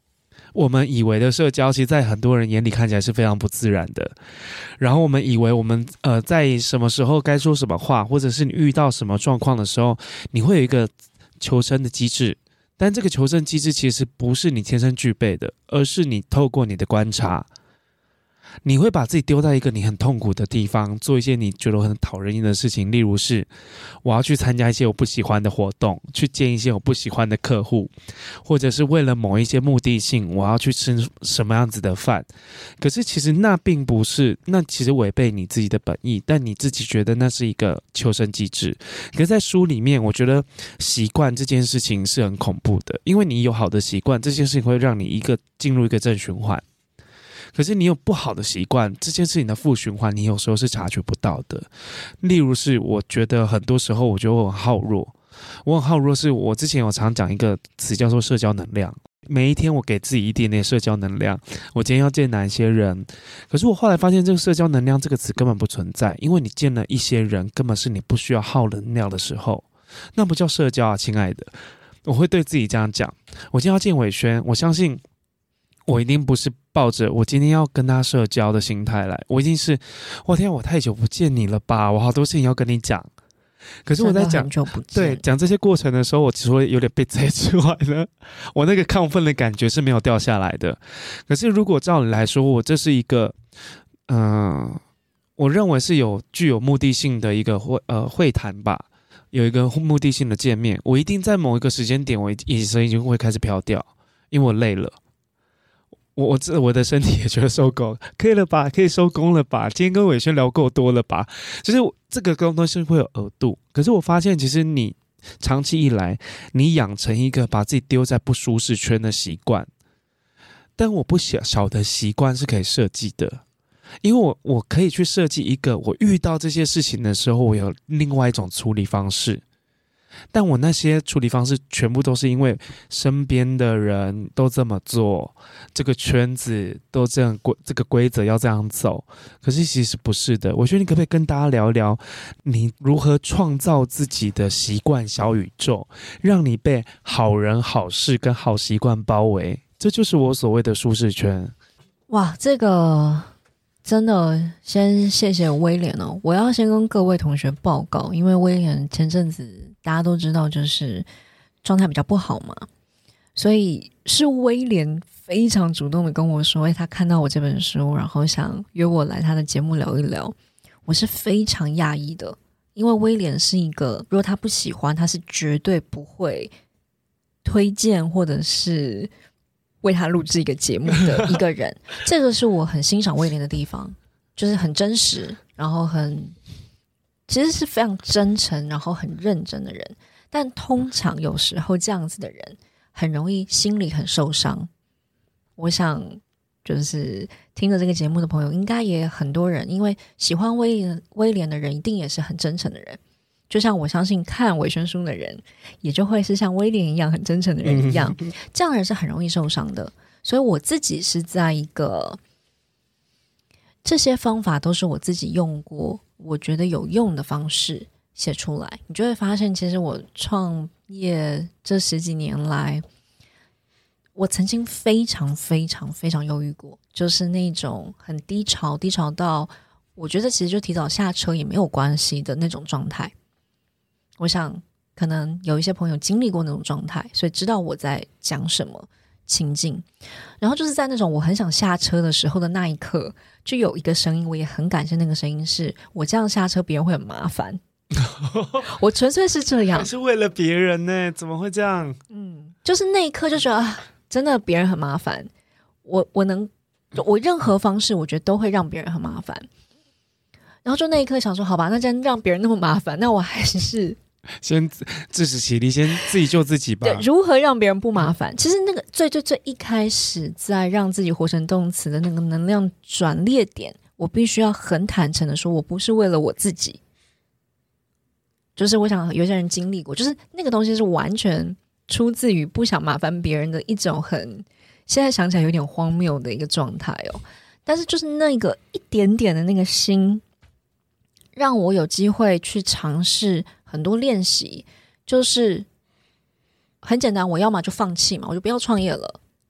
我们以为的社交，其实在很多人眼里看起来是非常不自然的。然后我们以为我们呃在什么时候该说什么话，或者是你遇到什么状况的时候，你会有一个求生的机制。但这个求生机制其实不是你天生具备的，而是你透过你的观察，你会把自己丢在一个你很痛苦的地方，做一些你觉得很讨人厌的事情，例如是我要去参加一些我不喜欢的活动，去见一些我不喜欢的客户，或者是为了某一些目的性我要去吃什么样子的饭。可是其实那并不是，那其实违背你自己的本意，但你自己觉得那是一个求生机制。可是在书里面我觉得习惯这件事情是很恐怖的，因为你有好的习惯，这件事情会让你一个进入一个正循环。可是你有不好的习惯，这件事情的负循环你有时候是察觉不到的。例如是我觉得很多时候我觉得我很好弱，我很好弱是我之前有常讲一个词叫做社交能量。每一天我给自己一点点社交能量，我今天要见哪一些人。可是我后来发现这个社交能量这个词根本不存在，因为你见了一些人根本是你不需要耗能量的时候，那不叫社交啊，亲爱的。我会对自己这样讲，我今天要见伟轩，我相信我一定不是抱着我今天要跟他社交的心态来，我一定是我天我太久不见你了吧，我好多事情要跟你讲。可是我在讲对讲这些过程的时候，我除了有点被贼之外呢，我那个亢奋的感觉是没有掉下来的。可是如果照你来说，我这是一个嗯、呃，我认为是有具有目的性的一个会呃会谈吧，有一个目的性的见面，我一定在某一个时间点我眼神已经会开始飘掉，因为我累了，我我这我的身体也觉得受够，可以了吧，可以收工了吧，今天跟伟轩聊够多了吧，就是这个东西会有额度。可是我发现其实你长期以来你养成一个把自己丢在不舒适圈的习惯，但我不晓得习惯是可以设计的，因为我我可以去设计一个我遇到这些事情的时候我有另外一种处理方式，但我那些处理方式全部都是因为身边的人都这么做，这个圈子都这样，这个规则要这样走。可是其实不是的。我觉得你可不可以跟大家聊一聊你如何创造自己的习惯小宇宙，让你被好人好事跟好习惯包围，这就是我所谓的舒适圈。 哇，这个真的先谢谢威廉哦！我要先跟各位同学报告，因为威廉前阵子大家都知道就是状态比较不好嘛，所以是威廉非常主动的跟我说，欸，他看到我这本书，然后想约我来他的节目聊一聊。我是非常讶异的，因为威廉是一个如果他不喜欢，他是绝对不会推荐或者是为他录制一个节目的一个人。这个是我很欣赏威廉的地方，就是很真实，然后很其实是非常真诚然后很认真的人。但通常有时候这样子的人很容易心里很受伤。我想就是听着这个节目的朋友应该也很多人，因为喜欢威廉威廉的人一定也是很真诚的人，就像我相信看伟轩书的人也就会是像威廉一样很真诚的人一样，这样的人是很容易受伤的。所以我自己是在一个这些方法都是我自己用过我觉得有用的方式写出来，你就会发现其实我创业这十几年来，我曾经非常非常非常忧郁过，就是那种很低潮低潮到我觉得其实就提早下车也没有关系的那种状态。我想可能有一些朋友经历过那种状态，所以知道我在讲什么情境。然后就是在那种我很想下车的时候的那一刻，就有一个声音，我也很感谢那个声音，是我这样下车别人会很麻烦。我纯粹是这样， 是为了别人呢？怎么会这样？ 嗯，就是那一刻就觉得啊，真的别人很麻烦，我我能我任何方式我觉得都会让别人很麻烦。然后就那一刻想说，好吧，那既然让别人那么麻烦，那我还是先自食其力，先自己救自己吧。 对，如何让别人不麻烦？其实那个最最最一开始在让自己活成动词的那个能量转捩点，我必须要很坦诚的说，我不是为了我自己。就是我想有些人经历过，就是那个东西是完全出自于不想麻烦别人的一种很现在想起来有点荒谬的一个状态哦。但是就是那个一点点的那个心，让我有机会去尝试很多练习，就是很简单，我要么就放弃嘛，我就不要创业了，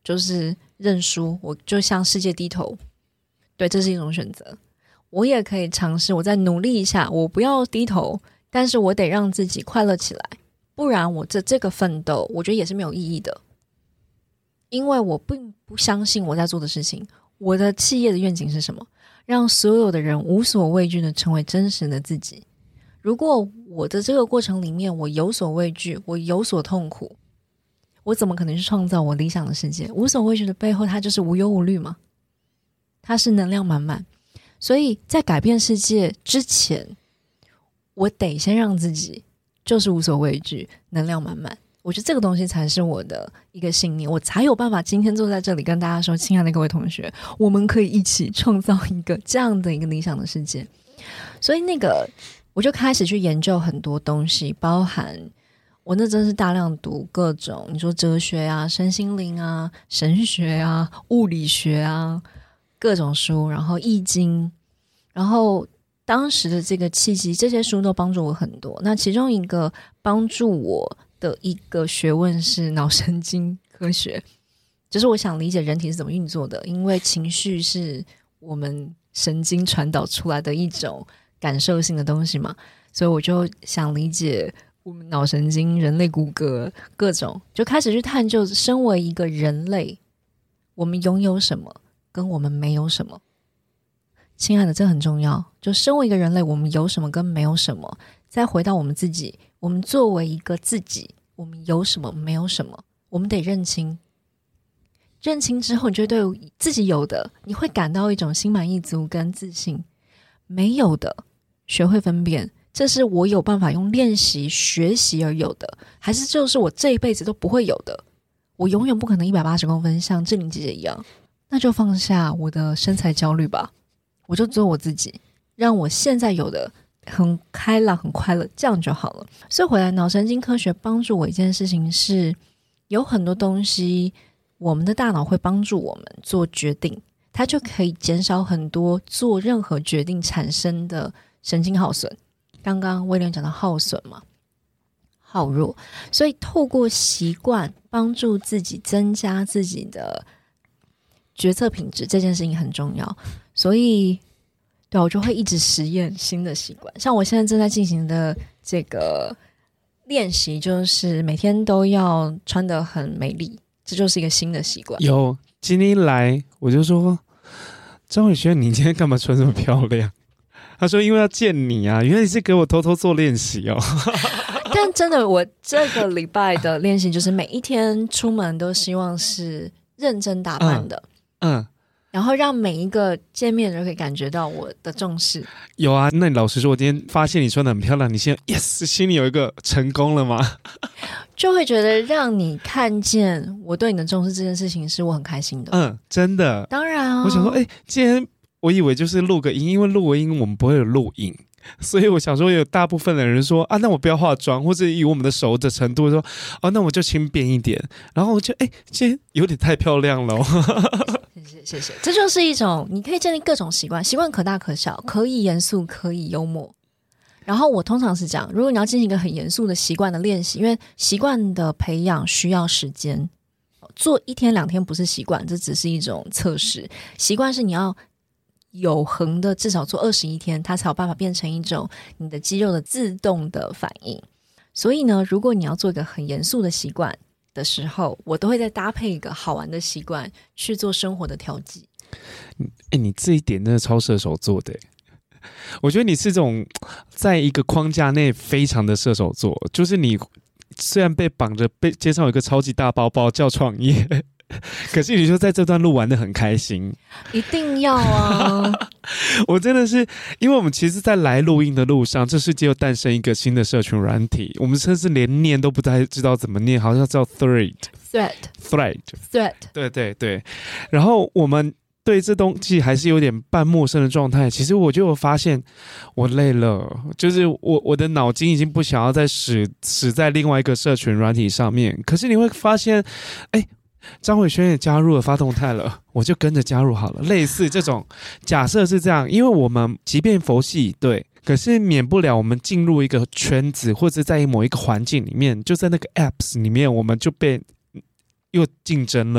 就是认输，我就向世界低头，对，这是一种选择。我也可以尝试，我再努力一下，我不要低头，但是我得让自己快乐起来，不然我这这个奋斗我觉得也是没有意义的，因为我并不相信我在做的事情。我的企业的愿景是什么？让所有的人无所畏惧的成为真实的自己。如果我的这个过程里面我有所畏惧，我有所痛苦，我怎么可能去创造我理想的世界？无所畏惧的背后，它就是无忧无虑嘛，它是能量满满。所以在改变世界之前，我得先让自己就是无所畏惧，能量满满。我觉得这个东西才是我的一个信念，我才有办法今天坐在这里跟大家说，亲爱的各位同学，我们可以一起创造一个这样的一个理想的世界。所以那个我就开始去研究很多东西，包含我那真是大量读各种你说哲学啊、身心灵啊、神学啊、物理学啊各种书，然后易经，然后当时的这个契机，这些书都帮助我很多。那其中一个帮助我的一个学问是脑神经科学，就是我想理解人体是怎么运作的，因为情绪是我们神经传导出来的一种感受性的东西嘛，所以我就想理解我们脑神经、人类骨骼各种，就开始去探究身为一个人类，我们拥有什么跟我们没有什么。亲爱的，这很重要，就身为一个人类，我们有什么跟没有什么，再回到我们自己，我们作为一个自己，我们有什么没有什么，我们得认清。认清之后，你就对自己有的，你会感到一种心满意足跟自信。没有的，学会分辨，这是我有办法用练习学习而有的，还是就是我这一辈子都不会有的。我永远不可能一百八十公分像志玲姐姐一样，那就放下我的身材焦虑吧，我就做我自己，让我现在有的很开朗很快乐，这样就好了。所以回来脑神经科学帮助我一件事情是，有很多东西我们的大脑会帮助我们做决定，它就可以减少很多做任何决定产生的神经耗损。刚刚威廉讲到耗损嘛，耗弱，所以透过习惯帮助自己增加自己的决策品质，这件事情很重要。所以对，我就会一直实验新的习惯。像我现在正在进行的这个练习，就是每天都要穿得很美丽，这就是一个新的习惯。 有今天来我就说，张伟轩，你今天干嘛穿这么漂亮？他说因为要见你啊，原来你是给我偷偷做练习哦。 但真的，我这个礼拜的练习就是每一天出门都希望是认真打扮的，嗯。嗯，然后让每一个见面的人可以感觉到我的重视。 有啊，那你老实说，我今天发现你穿得很漂亮，你现在 yes 心里有一个成功了吗？ 就会觉得让你看见我对你的重视这件事情是我很开心的。 嗯，真的。 当然啊、哦， 我想说，哎，今天我以为就是录个音，因为录个音我们不会有录影。所以我想说有大部分的人说啊，那我不要化妆，或者以我们的熟的程度说哦，那我就轻便一点，然后我就哎，今天有点太漂亮了、哦、 谢谢谢谢，这就是一种你可以建立各种习惯，习惯可大可小，可以严肃可以幽默。然后我通常是这样，如果你要进行一个很严肃的习惯的练习，因为习惯的培养需要时间，做一天两天不是习惯，这只是一种测试。习惯是你要有恒的至少做二十一天，它才有办法变成一种你的肌肉的自动的反应。所以呢，如果你要做一个很严肃的习惯的时候，我都会再搭配一个好玩的习惯去做生活的调剂。 欸，你这一点真的超射手座的。我觉得你是这种在一个框架内非常的射手座，就是你虽然被绑着被街上有一个超级大包包叫创业，可是你就在这段路玩得很开心。 一定要啊。 我真的是因为我们其实在来录音的路上，这世界又诞生一个新的社群软体，我们甚至连念都不太知道怎么念，好像叫 thread thread thread thread 对对对。然后我们对这东西还是有点半陌生的状态，其实我就有发现我累了，就是我我的脑筋已经不想要再使使在另外一个社群软体上面。可是你会发现哎，张伟轩也加入了发动态了，我就跟着加入好了。类似这种假设是这样，因为我们即便佛系以对，可是免不了我们进入一个圈子，或者在某一个环境里面，就在那个 apps 里面，我们就被又竞争了。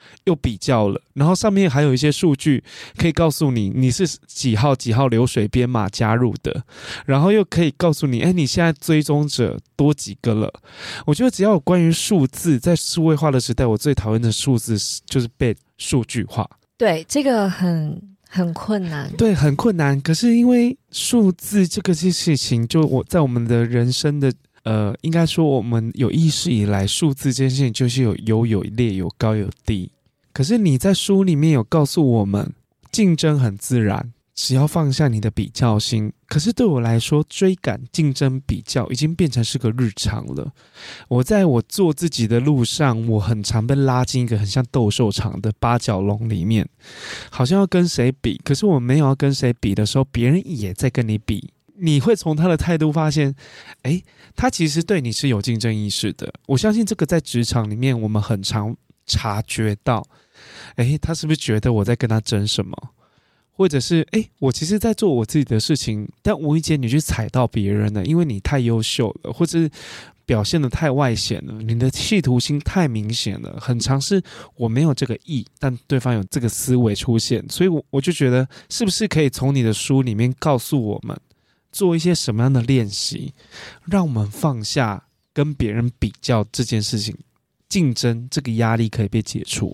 又比较了，然后上面还有一些数据可以告诉你你是几号几号流水编码加入的，然后又可以告诉你哎，你现在追踪者多几个了。我觉得只要有关于数字，在数位化的时代，我最讨厌的数字就是被数据化。 对，这个很很困难， 对，很困难。可是因为数字这个事情，就我在我们的人生的呃，应该说我们有意识以来，数字这件事情就是有优有劣，有高有低。可是你在书里面有告诉我们，竞争很自然，只要放下你的比较心。可是对我来说，追赶、竞争、比较已经变成是个日常了。我在我做自己的路上，我很常被拉进一个很像斗兽场的八角笼里面，好像要跟谁比。可是我没有要跟谁比的时候，别人也在跟你比。你会从他的态度发现，诶，他其实对你是有竞争意识的。我相信这个在职场里面，我们很常察觉到。诶，他是不是觉得我在跟他争什么？或者是诶，我其实在做我自己的事情，但无意间你去踩到别人了，因为你太优秀了，或者是表现得太外显了，你的企图心太明显了。很常是我没有这个意，但对方有这个思维出现，所以我我就觉得是不是可以从你的书里面告诉我们，做一些什么样的练习，让我们放下跟别人比较这件事情，竞争这个压力可以被解除。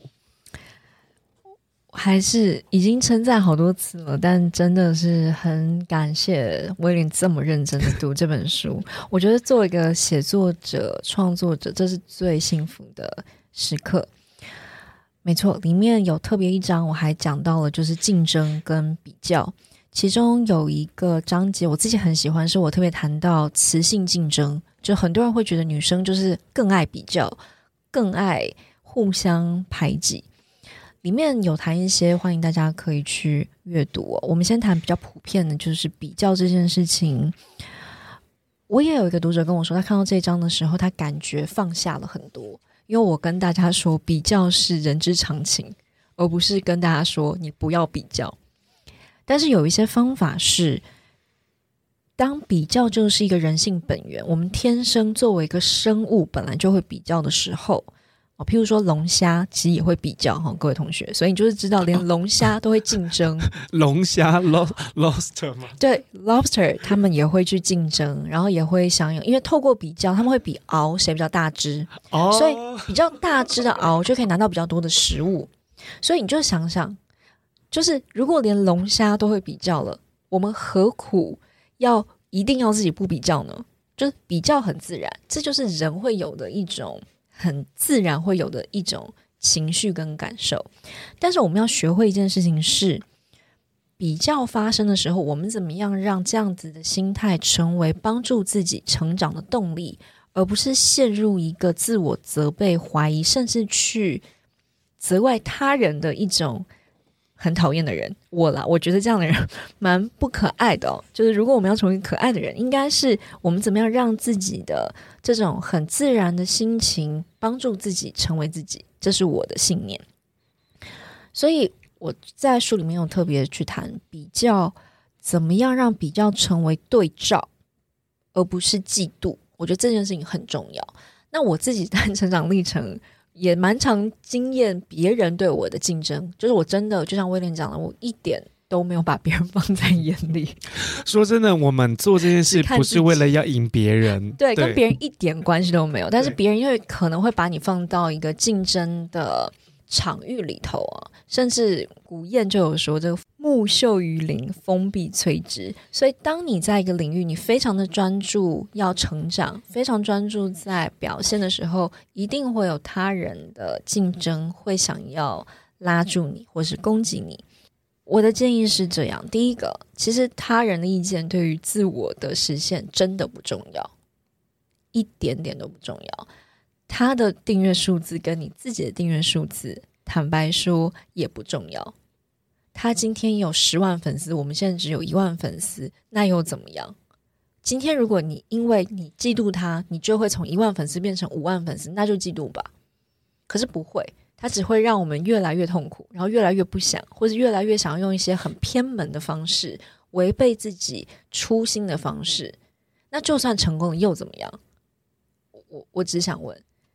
还是已经称赞好多次了，但真的是很感谢威廉这么认真的读这本书。我觉得作为一个写作者、创作者，这是最幸福的时刻。没错，里面有特别一章我还讲到了就是竞争跟比较，其中有一个章节我自己很喜欢，是我特别谈到雌性竞争。就很多人会觉得女生就是更爱比较，更爱互相排挤。里面有谈一些，欢迎大家可以去阅读哦。我们先谈比较普遍的，就是比较这件事情。我也有一个读者跟我说，他看到这一章的时候，他感觉放下了很多。因为我跟大家说，比较是人之常情，而不是跟大家说你不要比较。但是有一些方法是，当比较就是一个人性本源，我们天生作为一个生物本来就会比较的时候，哦，譬如说龙虾其实也会比较，哦，各位同学，所以你就是知道连龙虾都会竞争。 龙虾 lobster 吗？ 对 lobster 他们也会去竞争，然后也会想有，因为透过比较他们会比螯谁比较大只，哦，所以比较大只的螯就可以拿到比较多的食物。所以你就想想，就是如果连龙虾都会比较了，我们何苦要一定要自己不比较呢？就是比较很自然，这就是人会有的一种很自然会有的一种情绪跟感受。但是我们要学会一件事情是，比较发生的时候，我们怎么样让这样子的心态成为帮助自己成长的动力，而不是陷入一个自我责备、怀疑，甚至去责怪他人的一种很讨厌的人。我啦，我觉得这样的人蛮不可爱的哦。就是如果我们要成为可爱的人，应该是我们怎么样让自己的这种很自然的心情帮助自己成为自己，这是我的信念。所以我在书里面有特别去谈比较，怎么样让比较成为对照，而不是嫉妒。我觉得这件事情很重要。那我自己的成长历程也蛮常经验别人对我的竞争，就是我真的就像威廉讲的，我一点都没有把别人放在眼里。 说真的，我们做这件事不是为了要赢别人， 对，跟别人一点关系都没有。但是别人因为可能会把你放到一个竞争的场域里头啊，甚至古谚就有说，这个木秀于林，风必摧之。所以当你在一个领域你非常的专注要成长，非常专注在表现的时候，一定会有他人的竞争会想要拉住你或是攻击你。我的建议是这样，第一个，其实他人的意见对于自我的实现真的不重要，一点点都不重要。他的订阅数字跟你自己的订阅数字，坦白说也不重要。他今天有十万粉丝，我们现在只有一万粉丝，那又怎么样？今天如果你因为你嫉妒他，你就会从一万粉丝变成五万粉丝，那就嫉妒吧。可是不会，它只会让我们越来越痛苦，然后越来越不想，或是越来越想要用一些很偏门的方式，违背自己初心的方式。那就算成功了又怎么样？我我只想问，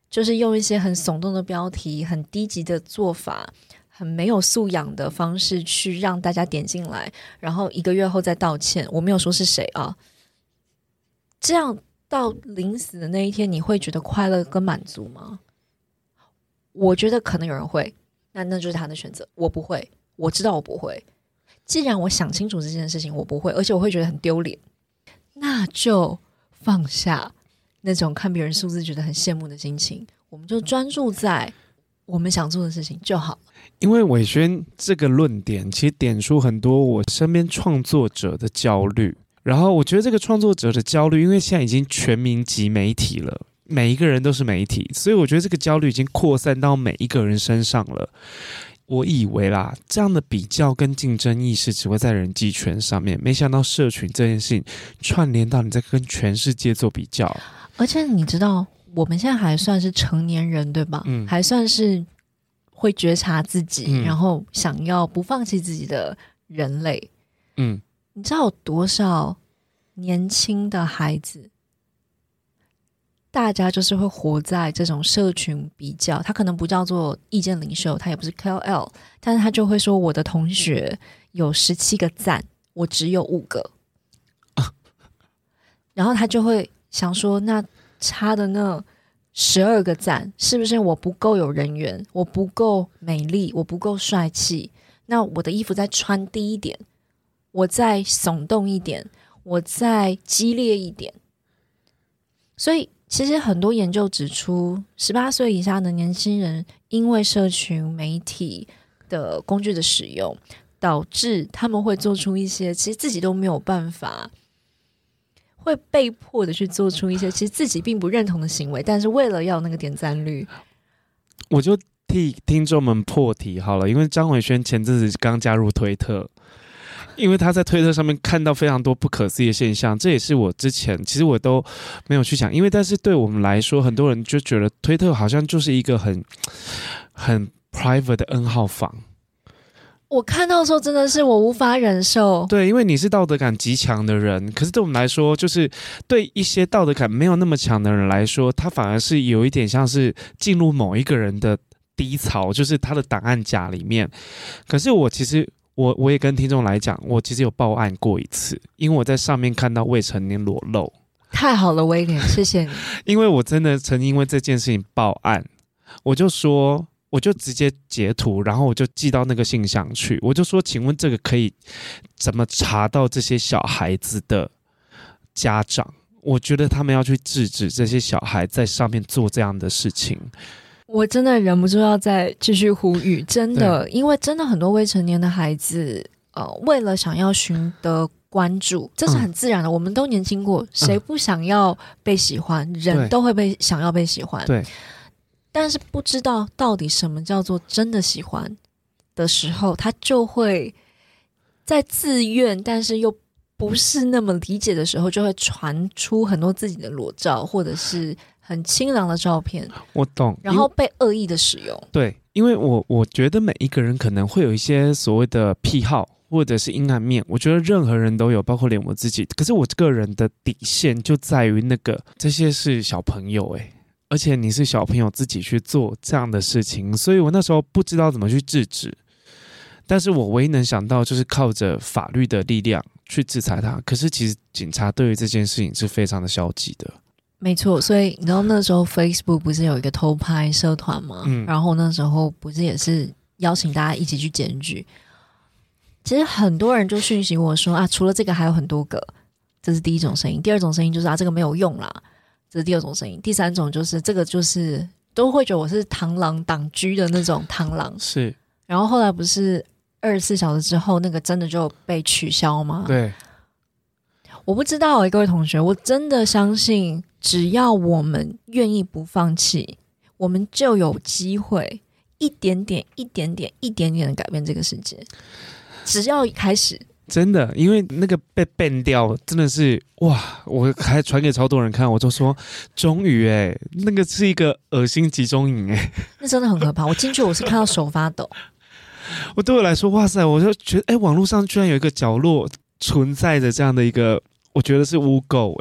就是用一些很耸动的标题、很低级的做法、很没有素养的方式去让大家点进来，然后一个月后再道歉。我没有说是谁啊，这样到临死的那一天，你会觉得快乐跟满足吗？我觉得可能有人会，那那就是他的选择。我不会，我知道我不会。既然我想清楚这件事情，我不会，而且我会觉得很丢脸，那就放下那种看别人数字觉得很羡慕的心情，我们就专注在我们想做的事情就好了。 因为伟轩这个论点其实点出很多我身边创作者的焦虑，然后我觉得这个创作者的焦虑，因为现在已经全民级媒体了，每一个人都是媒体，所以我觉得这个焦虑已经扩散到每一个人身上了。我以为啦，这样的比较跟竞争意识只会在人际圈上面，没想到社群这件事情串联到你在跟全世界做比较。 而且你知道我们现在还算是成年人对吧、嗯、还算是会觉察自己、嗯、然后想要不放弃自己的人类。嗯，你知道有多少年轻的孩子大家就是会活在这种社群比较，他可能不叫做意见领袖，他也不是 K O L， 但是他就会说我的同学有十七个赞，我只有五个、啊、然后他就会想说那差的那十二个赞是不是我不够有人缘，我不够美丽，我不够帅气，那我的衣服再穿低一点，我再耸动一点，我再激烈一点。所以其实很多研究指出，十八岁以下的年轻人因为社群媒体的工具的使用，导致他们会做出一些其实自己都没有办法，会被迫的去做出一些其实自己并不认同的行为，但是为了要那个点赞率。 我就替听众们破题好了，因为张伟轩前阵子刚加入推特，因为他在推特上面看到非常多不可思议的现象，这也是我之前其实我都没有去想，因为但是对我们来说，很多人就觉得推特好像就是一个很很 private 的 N 号房。 我看到的时候真的是我无法忍受。 对，因为你是道德感极强的人，可是对我们来说，就是对一些道德感没有那么强的人来说，他反而是有一点像是进入某一个人的低潮，就是他的档案夹里面。可是我其实我我也跟听众来讲，我其实有报案过一次，因为我在上面看到未成年裸露。 太好了，威廉，谢谢你。 因为我真的曾经因为这件事情报案，我就说。我就直接截图，然后我就寄到那个信箱去。我就说，请问这个可以怎么查到这些小孩子的家长？我觉得他们要去制止这些小孩在上面做这样的事情。 我真的忍不住要再继续呼吁，真的，因为真的很多未成年的孩子，呃，为了想要寻得关注，这是很自然的。嗯、我们都年轻过，谁不想要被喜欢？嗯、人都会被想要被喜欢。 对。 但是不知道到底什么叫做真的喜欢的时候，他就会在自愿但是又不是那么理解的时候，就会传出很多自己的裸照或者是很清凉的照片。 我懂， 然后被恶意的使用。 对，因为我我觉得每一个人可能会有一些所谓的癖好或者是阴暗面，我觉得任何人都有，包括连我自己。可是我个人的底线就在于那个这些是小朋友欸，而且你是小朋友自己去做这样的事情，所以我那时候不知道怎么去制止，但是我唯一能想到就是靠着法律的力量去制裁他。可是其实警察对于这件事情是非常的消极的。 没错，所以你知道那时候 Facebook 不是有一个偷拍社团吗、嗯、然后那时候不是也是邀请大家一起去检举。其实很多人就讯息我说啊，除了这个还有很多个，这是第一种声音。第二种声音就是啊，这个没有用啦，这是第二种声音。第三种就是这个就是都会觉得我是螳螂党居的那种螳螂。 是。 然后后来不是二十四小时之后那个真的就被取消吗？ 对。 我不知道、欸、各位同学，我真的相信只要我们愿意不放弃，我们就有机会一点点一点点一点点的改变这个世界。只要开始， 真的，因为那个被 ban 掉真的是哇，我还传给超多人看，我就说终于哎，那个是一个恶心集中营哎， 那真的很可怕。我进去我是看到手发抖。 我对我来说，哇塞，我就觉得哎，网络上居然有一个角落存在着这样的一个，我觉得是污垢哎。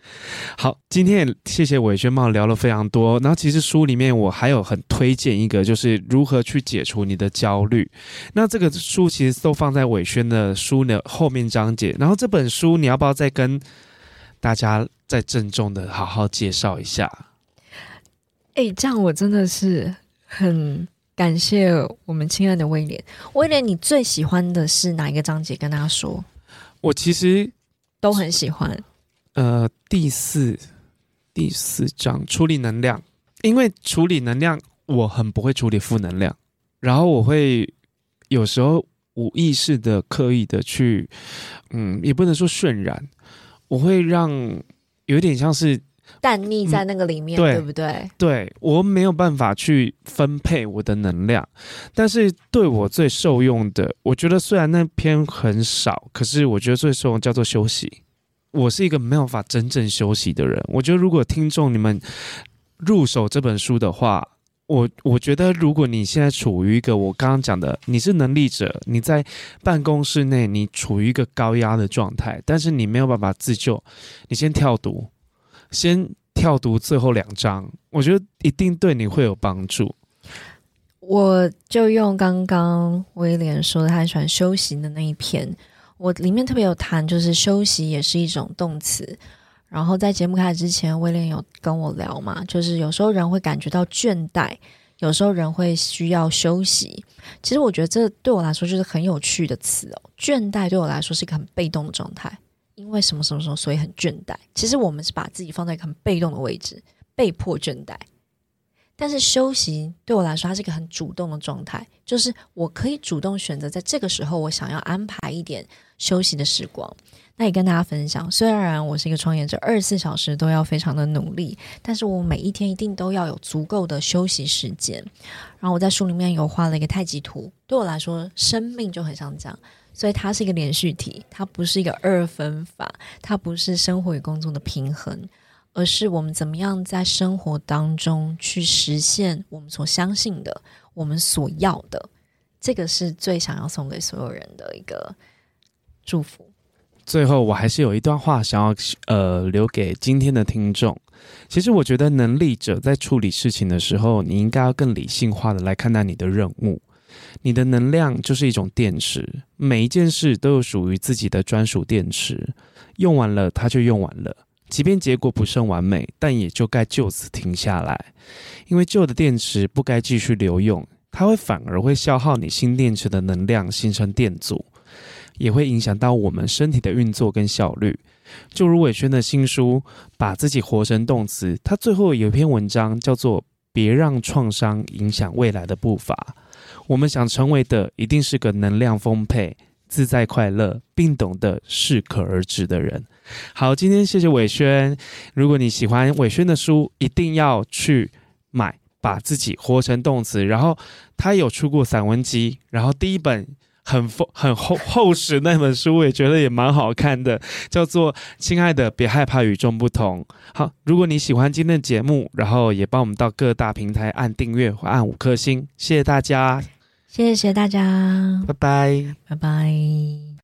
好，今天也谢谢伟轩帮我聊了非常多。然后其实书里面我还有很推荐一个，就是如何去解除你的焦虑。那这个书其实都放在伟轩的书的后面章节。然后这本书你要不要再跟大家再郑重的好好介绍一下？ 哎，这样我真的是很感谢我们亲爱的威廉。威廉，你最喜欢的是哪一个章节？跟大家说。 我其实都很喜欢。 呃，第四第四章处理能量，因为处理能量我很不会处理负能量，然后我会有时候无意识的刻意的去，嗯，也不能说渲染，我会让有点像是淡溺在那个里面，嗯、对, 对不对？ 对，我没有办法去分配我的能量，但是对我最受用的，我觉得虽然那篇很少，可是我觉得最受用叫做休息。我是一个没有办法真正休息的人，我觉得如果听众你们入手这本书的话，我我觉得如果你现在处于一个我刚刚讲的，你是能力者，你在办公室内你处于一个高压的状态，但是你没有办法自救，你先跳读，先跳读最后两章，我觉得一定对你会有帮助。 我就用刚刚威廉说的他很喜欢休息的那一篇，我里面特别有谈，就是休息也是一种动词。然后在节目开始之前，威廉有跟我聊嘛，就是有时候人会感觉到倦怠，有时候人会需要休息。其实我觉得这对我来说就是很有趣的词哦。倦怠对我来说是一个很被动的状态，因为什么什么什么所以很倦怠。其实我们是把自己放在一个很被动的位置，被迫倦怠。但是休息对我来说它是一个很主动的状态，就是我可以主动选择在这个时候我想要安排一点休息的时光。那也跟大家分享，虽然我是一个创业者，二十四小时都要非常的努力，但是我每一天一定都要有足够的休息时间。然后我在书里面有画了一个太极图，对我来说生命就很像这样，所以它是一个连续体，它不是一个二分法，它不是生活与工作的平衡，而是我们怎么样在生活当中去实现我们所相信的，我们所要的。这个是最想要送给所有人的一个祝福。 最后我还是有一段话想要呃留给今天的听众。其实我觉得能力者在处理事情的时候，你应该要更理性化的来看待你的任务。你的能量就是一种电池，每一件事都有属于自己的专属电池，用完了它就用完了，即便结果不甚完美，但也就该就此停下来。因为旧的电池不该继续留用，它会反而会消耗你新电池的能量，形成电阻，也会影响到我们身体的运作跟效率。就如伟轩的新书把自己活成动词，他最后有一篇文章叫做别让创伤影响未来的步伐。我们想成为的一定是个能量丰沛、自在快乐并懂得适可而止的人。好，今天谢谢伟轩，如果你喜欢伟轩的书，一定要去买把自己活成动词。然后他有出过散文集，然后第一本很很厚厚实那本书，我也觉得也蛮好看的，叫做《亲爱的别害怕与众不同》。好，如果你喜欢今天的节目，然后也帮我们到各大平台按订阅或按五颗星，谢谢大家， 谢谢大家， 拜拜， 拜拜。